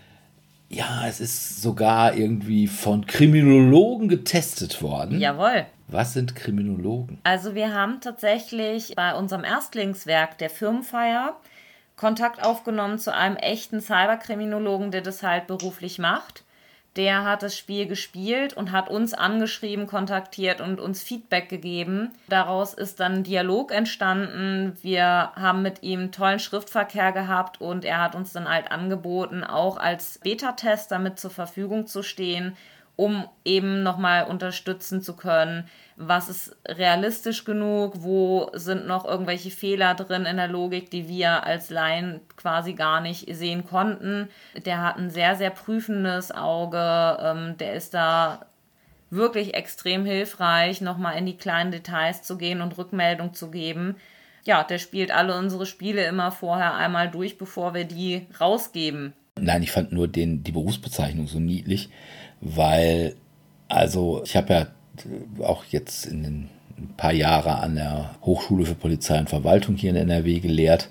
ja, es ist sogar irgendwie von Kriminologen getestet worden. Jawohl. Was sind Kriminologen? Also wir haben tatsächlich bei unserem Erstlingswerk der Firmenfeier Kontakt aufgenommen zu einem echten Cyberkriminologen, der das halt beruflich macht. Der hat das Spiel gespielt und hat uns angeschrieben, kontaktiert und uns Feedback gegeben. Daraus ist dann ein Dialog entstanden. Wir haben mit ihm tollen Schriftverkehr gehabt und er hat uns dann halt angeboten, auch als Beta-Tester mit zur Verfügung zu stehen, um eben nochmal unterstützen zu können, was ist realistisch genug, wo sind noch irgendwelche Fehler drin in der Logik, die wir als Laien quasi gar nicht sehen konnten. Der hat ein sehr, sehr prüfendes Auge, ähm, der ist da wirklich extrem hilfreich, nochmal in die kleinen Details zu gehen und Rückmeldung zu geben. Ja, der spielt alle unsere Spiele immer vorher einmal durch, bevor wir die rausgeben. Nein, ich fand nur den, die Berufsbezeichnung so niedlich, weil, also ich habe ja auch jetzt in den ein paar Jahre an der Hochschule für Polizei und Verwaltung hier in N R W gelehrt.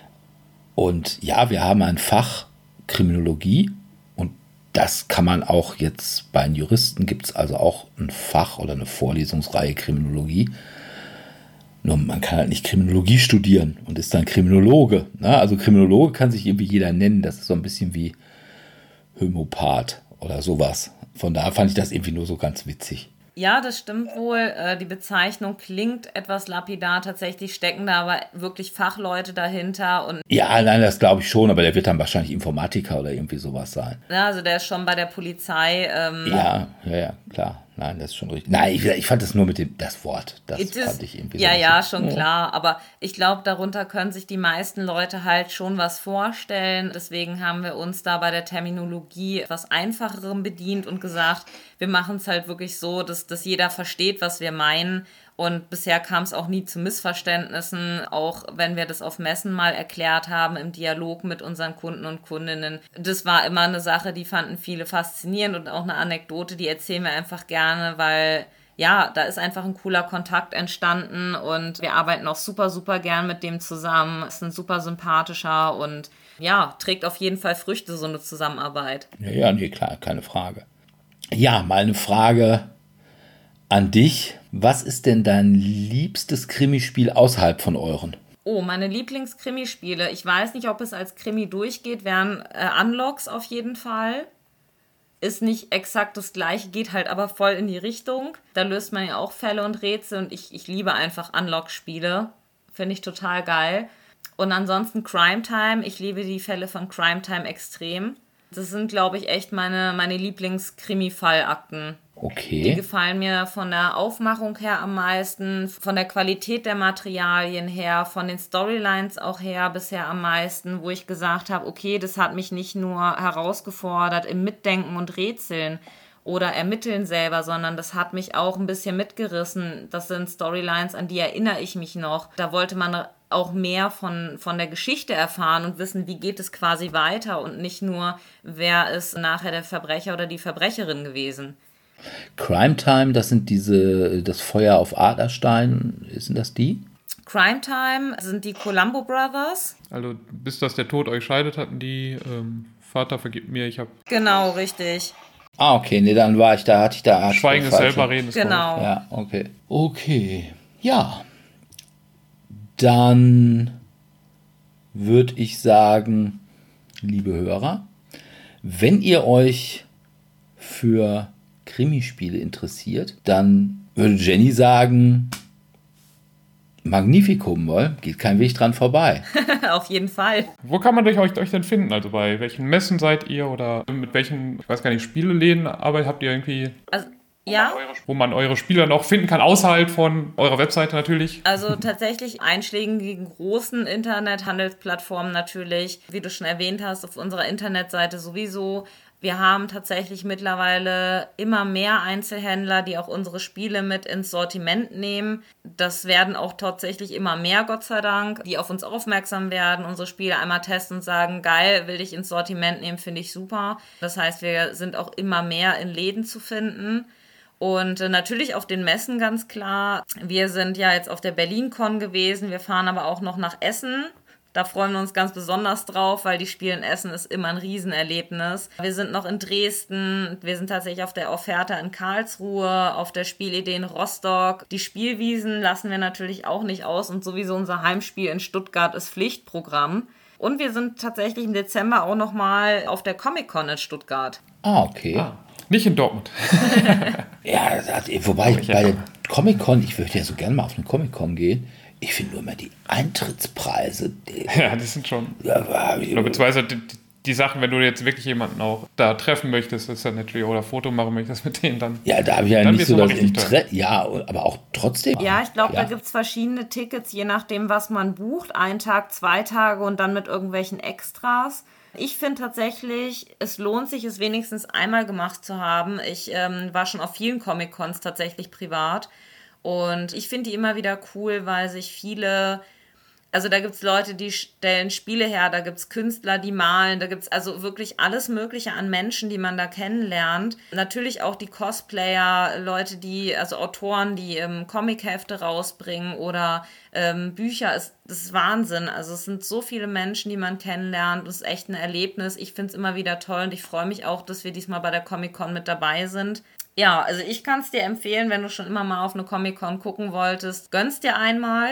Und ja, wir haben ein Fach Kriminologie und das kann man auch jetzt bei den Juristen, gibt es also auch ein Fach oder eine Vorlesungsreihe Kriminologie. Nur man kann halt nicht Kriminologie studieren und ist dann Kriminologe. Ne? Also Kriminologe kann sich irgendwie jeder nennen. Das ist so ein bisschen wie Homöopath oder sowas. Von daher fand ich das irgendwie nur so ganz witzig. Ja, das stimmt wohl. Die Bezeichnung klingt etwas lapidar. Tatsächlich stecken da aber wirklich Fachleute dahinter. Und ja, nein, das glaube ich schon, aber der wird dann wahrscheinlich Informatiker oder irgendwie sowas sein. Ja, also der ist schon bei der Polizei. Ähm, ja, ja, ja, klar. Nein, das ist schon richtig. Nein, ich, ich fand das nur mit dem, das Wort. Das ist, fand ich irgendwie Ja, so ja, schon klar. Aber ich glaube, darunter können sich die meisten Leute halt schon was vorstellen. Deswegen haben wir uns da bei der Terminologie etwas Einfacherem bedient und gesagt, wir machen es halt wirklich so, dass, dass jeder versteht, was wir meinen. Und bisher kam es auch nie zu Missverständnissen, auch wenn wir das auf Messen mal erklärt haben im Dialog mit unseren Kunden und Kundinnen. Das war immer eine Sache, die fanden viele faszinierend und auch eine Anekdote, die erzählen wir einfach gerne, weil ja, da ist einfach ein cooler Kontakt entstanden und wir arbeiten auch super, super gern mit dem zusammen. Ist ein super sympathischer und ja, trägt auf jeden Fall Früchte, so eine Zusammenarbeit. Ja, ja, nee, klar, keine Frage. Ja, mal eine Frage an dich. Was ist denn dein liebstes Krimispiel außerhalb von euren? Oh, meine Lieblingskrimispiele. Ich weiß nicht, ob es als Krimi durchgeht, wären äh, Unlocks auf jeden Fall. Ist nicht exakt das gleiche, geht halt aber voll in die Richtung. Da löst man ja auch Fälle und Rätsel und ich, ich liebe einfach Unlock-Spiele. Finde ich total geil. Und ansonsten Crime Time. Ich liebe die Fälle von Crime Time extrem. Das sind, glaube ich, echt meine, meine Lieblings-Krimi-Fallakten. Okay. Die gefallen mir von der Aufmachung her am meisten, von der Qualität der Materialien her, von den Storylines auch her bisher am meisten, wo ich gesagt habe, okay, das hat mich nicht nur herausgefordert im Mitdenken und Rätseln oder Ermitteln selber, sondern das hat mich auch ein bisschen mitgerissen. Das sind Storylines, an die erinnere ich mich noch. Da wollte man auch mehr von, von der Geschichte erfahren und wissen, wie geht es quasi weiter und nicht nur, wer ist nachher der Verbrecher oder die Verbrecherin gewesen. Crime Time, das sind diese, das Feuer auf Adlerstein, sind das die? Crime Time sind die Columbo Brothers. Also bis dass der Tod euch scheidet, hatten die ähm, Vater, vergib mir, ich habe... Genau, richtig. Ah, okay, nee, dann war ich da, hatte ich da... Schweigen ist selber reden. Ist genau. Gold. Ja, okay. Okay, ja. Dann würde ich sagen, liebe Hörer, wenn ihr euch für Krimispiele interessiert, dann würde Jenny sagen, Magnificum, weil geht kein Weg dran vorbei. Auf jeden Fall. Wo kann man euch, euch denn finden? Also bei welchen Messen seid ihr oder mit welchen, ich weiß gar nicht, Spieleläden, aber habt ihr irgendwie... Also, ja. Wo man eure Spiele dann auch finden kann, außerhalb von eurer Webseite natürlich. Also tatsächlich einschlägigen großen Internethandelsplattformen natürlich, wie du schon erwähnt hast, auf unserer Internetseite sowieso. Wir haben tatsächlich mittlerweile immer mehr Einzelhändler, die auch unsere Spiele mit ins Sortiment nehmen. Das werden auch tatsächlich immer mehr, Gott sei Dank, die auf uns aufmerksam werden, unsere Spiele einmal testen und sagen, geil, will ich ins Sortiment nehmen, finde ich super. Das heißt, wir sind auch immer mehr in Läden zu finden. Und äh, natürlich auf den Messen ganz klar. Wir sind ja jetzt auf der BerlinCon gewesen, wir fahren aber auch noch nach Essen. Da freuen wir uns ganz besonders drauf, weil die Spiele in Essen ist immer ein Riesenerlebnis. Wir sind noch in Dresden, wir sind tatsächlich auf der Offerta in Karlsruhe, auf der Spielidee in Rostock. Die Spielwiesen lassen wir natürlich auch nicht aus und sowieso unser Heimspiel in Stuttgart ist Pflichtprogramm. Und wir sind tatsächlich im Dezember auch nochmal auf der Comic-Con in Stuttgart. Ah, okay. Ah. Nicht in Dortmund. Ja, das, wobei ich bei der Comic-Con, ich würde ja so gerne mal auf eine Comic-Con gehen. Ich finde nur immer die Eintrittspreise. Die, ja, das sind schon. Ja, beziehungsweise die, die Sachen, wenn du jetzt wirklich jemanden auch da treffen möchtest, ist ja natürlich oder Foto machen möchtest mit denen, dann. Ja, da habe ich ja nicht so das Interesse. Ja, aber auch trotzdem. Ja, ich glaube, ja. Da gibt es verschiedene Tickets, je nachdem, was man bucht. Ein Tag, zwei Tage und dann mit irgendwelchen Extras. Ich finde tatsächlich, es lohnt sich, es wenigstens einmal gemacht zu haben. Ich ähm, war schon auf vielen Comic-Cons tatsächlich privat. Und ich finde die immer wieder cool, weil sich viele, also da gibt es Leute, die stellen Spiele her, da gibt es Künstler, die malen, da gibt es also wirklich alles Mögliche an Menschen, die man da kennenlernt. Natürlich auch die Cosplayer, Leute, die, also Autoren, die ähm, Comichefte rausbringen oder ähm, Bücher, ist, das ist Wahnsinn. Also es sind so viele Menschen, die man kennenlernt, das ist echt ein Erlebnis. Ich finde es immer wieder toll und ich freue mich auch, dass wir diesmal bei der Comic-Con mit dabei sind. Ja, also ich kann es dir empfehlen, wenn du schon immer mal auf eine Comic-Con gucken wolltest, gönn's dir einmal,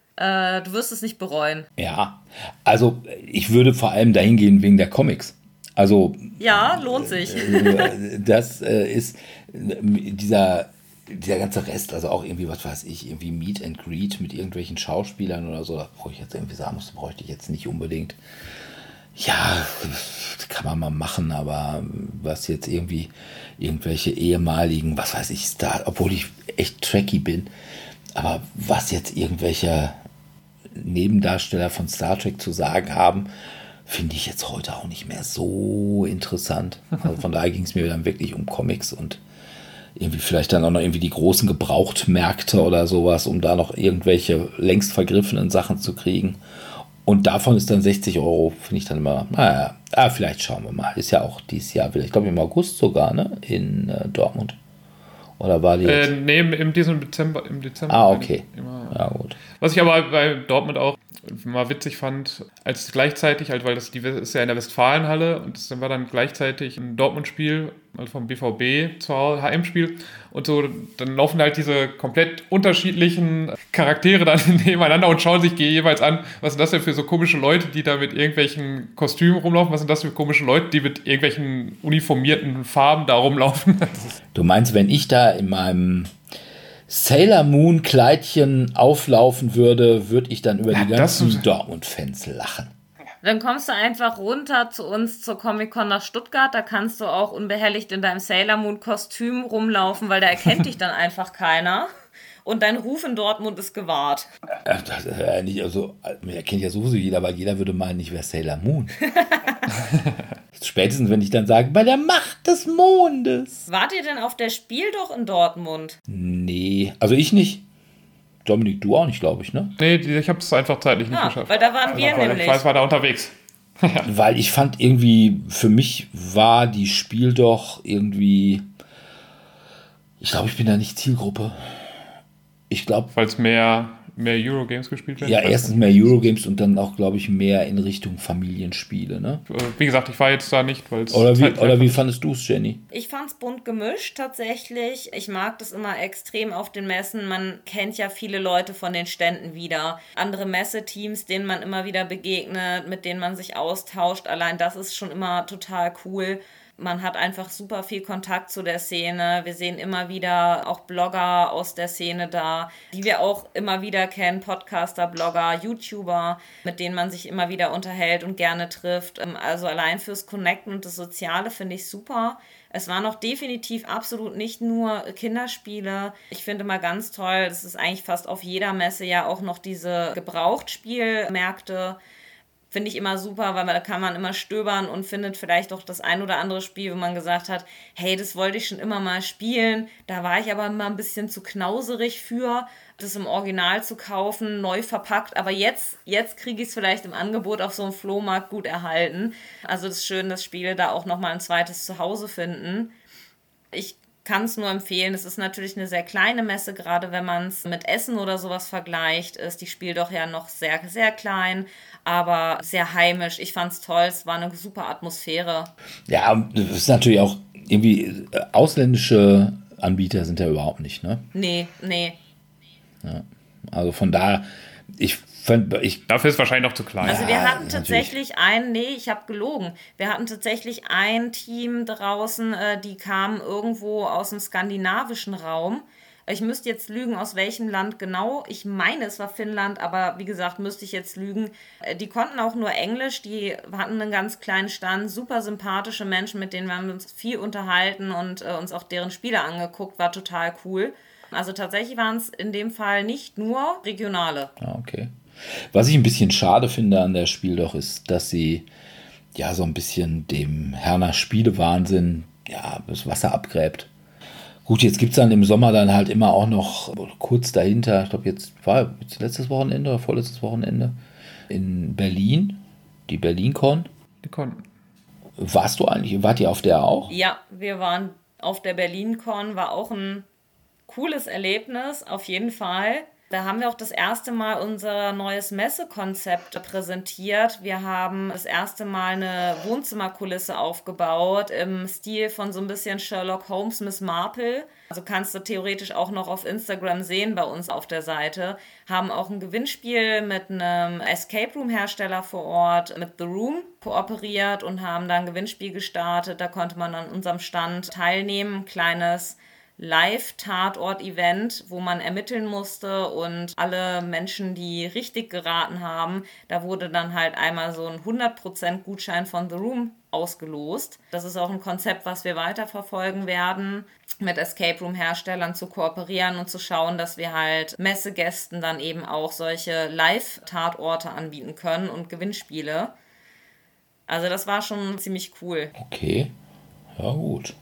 äh, du wirst es nicht bereuen. Ja, also ich würde vor allem dahin gehen wegen der Comics. Also ja, lohnt sich. Das äh, ist dieser, dieser ganze Rest, also auch irgendwie, was weiß ich, irgendwie Meet and Greet mit irgendwelchen Schauspielern oder so, wo ich jetzt irgendwie sagen muss, bräuchte ich jetzt nicht unbedingt. Ja, kann man mal machen, aber was jetzt irgendwie irgendwelche ehemaligen, was weiß ich, Star, obwohl ich echt tracky bin, aber was jetzt irgendwelche Nebendarsteller von Star Trek zu sagen haben, finde ich jetzt heute auch nicht mehr so interessant. Also von daher ging es mir dann wirklich um Comics und irgendwie vielleicht dann auch noch irgendwie die großen Gebrauchtmärkte oder sowas, um da noch irgendwelche längst vergriffenen Sachen zu kriegen. Und davon ist dann sechzig Euro, finde ich dann immer, naja, ah, vielleicht schauen wir mal. Ist ja auch dieses Jahr wieder, ich glaube im August sogar, ne, in äh, Dortmund. Oder war die jetzt? Äh, nee, im, im diesem Dezember, im Dezember. Ah, okay. Immer. Ja, gut. Was ich aber bei Dortmund auch mal witzig fand, als gleichzeitig, halt, weil das die ist ja in der Westfalenhalle und das war dann gleichzeitig ein Dortmund-Spiel, also vom B V B zu Hause, H M-Spiel und so, dann laufen halt diese komplett unterschiedlichen Charaktere dann nebeneinander und schauen sich jeweils an, was sind das denn für so komische Leute, die da mit irgendwelchen Kostümen rumlaufen, was sind das für komische Leute, die mit irgendwelchen uniformierten Farben da rumlaufen. Du meinst, wenn ich da in meinem Sailor Moon Kleidchen auflaufen würde, würde ich dann über Ja, die ganzen Dortmund-Fans lachen. Dann kommst du einfach runter zu uns zur Comic-Con nach Stuttgart. Da kannst du auch unbehelligt in deinem Sailor Moon-Kostüm rumlaufen, weil da erkennt dich dann einfach keiner. Und dein Ruf in Dortmund ist gewahrt. Ja, das, äh, nicht, also, mir erkennt ja sowieso jeder, weil jeder würde meinen, ich wäre Sailor Moon. Spätestens, wenn ich dann sage, bei der Macht des Mondes. Wart ihr denn auf der Spiel doch in Dortmund? Nee, also ich nicht. Dominik, du auch nicht, glaube ich, ne? Nee, ich habe es einfach zeitlich nicht Ja, geschafft. weil da waren wir Also, nämlich. Ich weiß, war da unterwegs. Weil ich fand irgendwie, für mich war die Spiel doch irgendwie, ich glaube, ich bin da nicht Zielgruppe. Ich glaube, Weil es mehr, mehr Eurogames gespielt werden. ja, erstens mehr Eurogames und dann auch, glaube ich, mehr in Richtung Familienspiele, ne? Wie gesagt, ich war jetzt da nicht, weil es... Oder wie, oder wie fandest du es, Jenny? Ich fand's bunt gemischt tatsächlich. Ich mag das immer extrem auf den Messen. Man kennt ja viele Leute von den Ständen wieder. Andere Messeteams, denen man immer wieder begegnet, mit denen man sich austauscht. Allein das ist schon immer total cool. Man hat einfach super viel Kontakt zu der Szene. Wir sehen immer wieder auch Blogger aus der Szene da, die wir auch immer wieder kennen, Podcaster, Blogger, YouTuber, mit denen man sich immer wieder unterhält und gerne trifft. Also allein fürs Connecten und das Soziale finde ich super. Es waren auch definitiv absolut nicht nur Kinderspiele. Ich finde mal ganz toll, das ist eigentlich fast auf jeder Messe ja auch noch diese Gebrauchtspielmärkte. Finde ich immer super, weil man, da kann man immer stöbern und findet vielleicht auch das ein oder andere Spiel, wo man gesagt hat, hey, das wollte ich schon immer mal spielen, da war ich aber immer ein bisschen zu knauserig für, das im Original zu kaufen, neu verpackt, aber jetzt, jetzt kriege ich es vielleicht im Angebot auf so einem Flohmarkt gut erhalten. Also es ist schön, dass Spiele da auch nochmal ein zweites Zuhause finden. Ich kann es nur empfehlen. Es ist natürlich eine sehr kleine Messe, gerade wenn man es mit Essen oder sowas vergleicht, ist die Spiel doch ja noch sehr, sehr klein, aber sehr heimisch. Ich fand es toll, es war eine super Atmosphäre. Ja, das ist natürlich auch irgendwie, ausländische Anbieter sind ja überhaupt nicht, ne? Nee, nee. Ja, also von daher, ich fand, ich... Dafür ist es wahrscheinlich noch zu klein. Also wir Ja, hatten natürlich. tatsächlich ein, nee, ich habe gelogen. Wir hatten tatsächlich ein Team draußen, äh, die kamen irgendwo aus dem skandinavischen Raum. Ich müsste jetzt lügen, aus welchem Land genau. Ich meine, es war Finnland, aber wie gesagt, müsste ich jetzt lügen. Äh, Die konnten auch nur Englisch, die hatten einen ganz kleinen Stand, super sympathische Menschen, mit denen wir haben uns viel unterhalten und äh, uns auch deren Spiele angeguckt, war total cool. Also tatsächlich waren es in dem Fall nicht nur regionale. Ah, okay. Was ich ein bisschen schade finde an der Spiel doch ist, dass sie ja so ein bisschen dem Herner Spielewahnsinn ja das Wasser abgräbt. Gut, jetzt gibt es dann im Sommer dann halt immer auch noch kurz dahinter, ich glaube jetzt war jetzt letztes Wochenende oder vorletztes Wochenende in Berlin, die BerlinCon. Die konnten. Warst du eigentlich, wart ihr auf der auch? Ja, wir waren auf der BerlinCon, war auch ein cooles Erlebnis, auf jeden Fall. Da haben wir auch das erste Mal unser neues Messekonzept präsentiert. Wir haben das erste Mal eine Wohnzimmerkulisse aufgebaut im Stil von so ein bisschen Sherlock Holmes, Miss Marple. Also kannst du theoretisch auch noch auf Instagram sehen bei uns auf der Seite. Haben auch ein Gewinnspiel mit einem Escape Room Hersteller vor Ort, mit The Room, kooperiert und haben da ein Gewinnspiel gestartet. Da konnte man an unserem Stand teilnehmen. Kleines Live-Tatort-Event, wo man ermitteln musste und alle Menschen, die richtig geraten haben, da wurde dann halt einmal so ein hundert Prozent Gutschein von The Room ausgelost. Das ist auch ein Konzept, was wir weiterverfolgen werden, mit Escape Room Herstellern zu kooperieren und zu schauen, dass wir halt Messegästen dann eben auch solche Live-Tatorte anbieten können und Gewinnspiele. Also das war schon ziemlich cool. Okay, ja gut.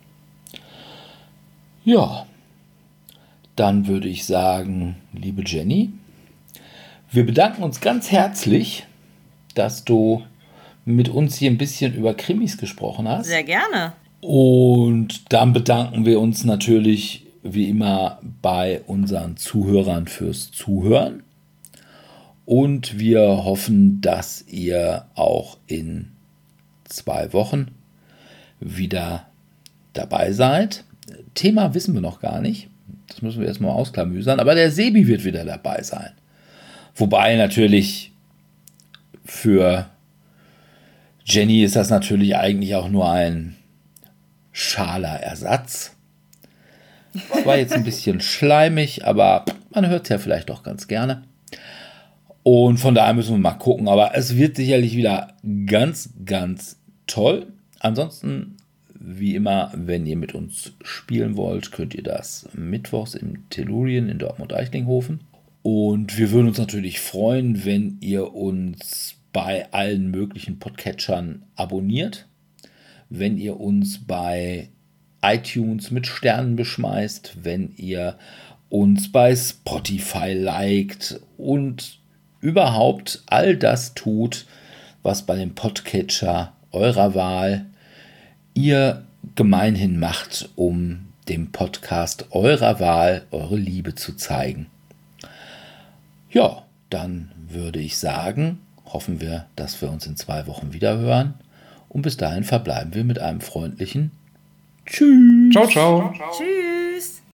Ja, dann würde ich sagen, liebe Jenny, wir bedanken uns ganz herzlich, dass du mit uns hier ein bisschen über Krimis gesprochen hast. Sehr gerne. Und dann bedanken wir uns natürlich wie immer bei unseren Zuhörern fürs Zuhören. Und wir hoffen, dass ihr auch in zwei Wochen wieder dabei seid. Thema wissen wir noch gar nicht. Das müssen wir erstmal ausklamüsern. Aber der Sebi wird wieder dabei sein. Wobei natürlich für Jenny ist das natürlich eigentlich auch nur ein schaler Ersatz. War jetzt ein bisschen schleimig, aber man hört es ja vielleicht doch ganz gerne. Und von daher müssen wir mal gucken. Aber es wird sicherlich wieder ganz, ganz toll. Ansonsten, wie immer, wenn ihr mit uns spielen wollt, könnt ihr das mittwochs im Tellurien in Dortmund-Eichlinghofen. Und wir würden uns natürlich freuen, wenn ihr uns bei allen möglichen Podcatchern abonniert, wenn ihr uns bei iTunes mit Sternen beschmeißt, wenn ihr uns bei Spotify liked und überhaupt all das tut, was bei dem Podcatcher eurer Wahl ihr gemeinhin macht, um dem Podcast eurer Wahl eure Liebe zu zeigen. Ja, dann würde ich sagen, hoffen wir, dass wir uns in zwei Wochen wieder hören. Und bis dahin verbleiben wir mit einem freundlichen Tschüss. Ciao, ciao. Tschüss.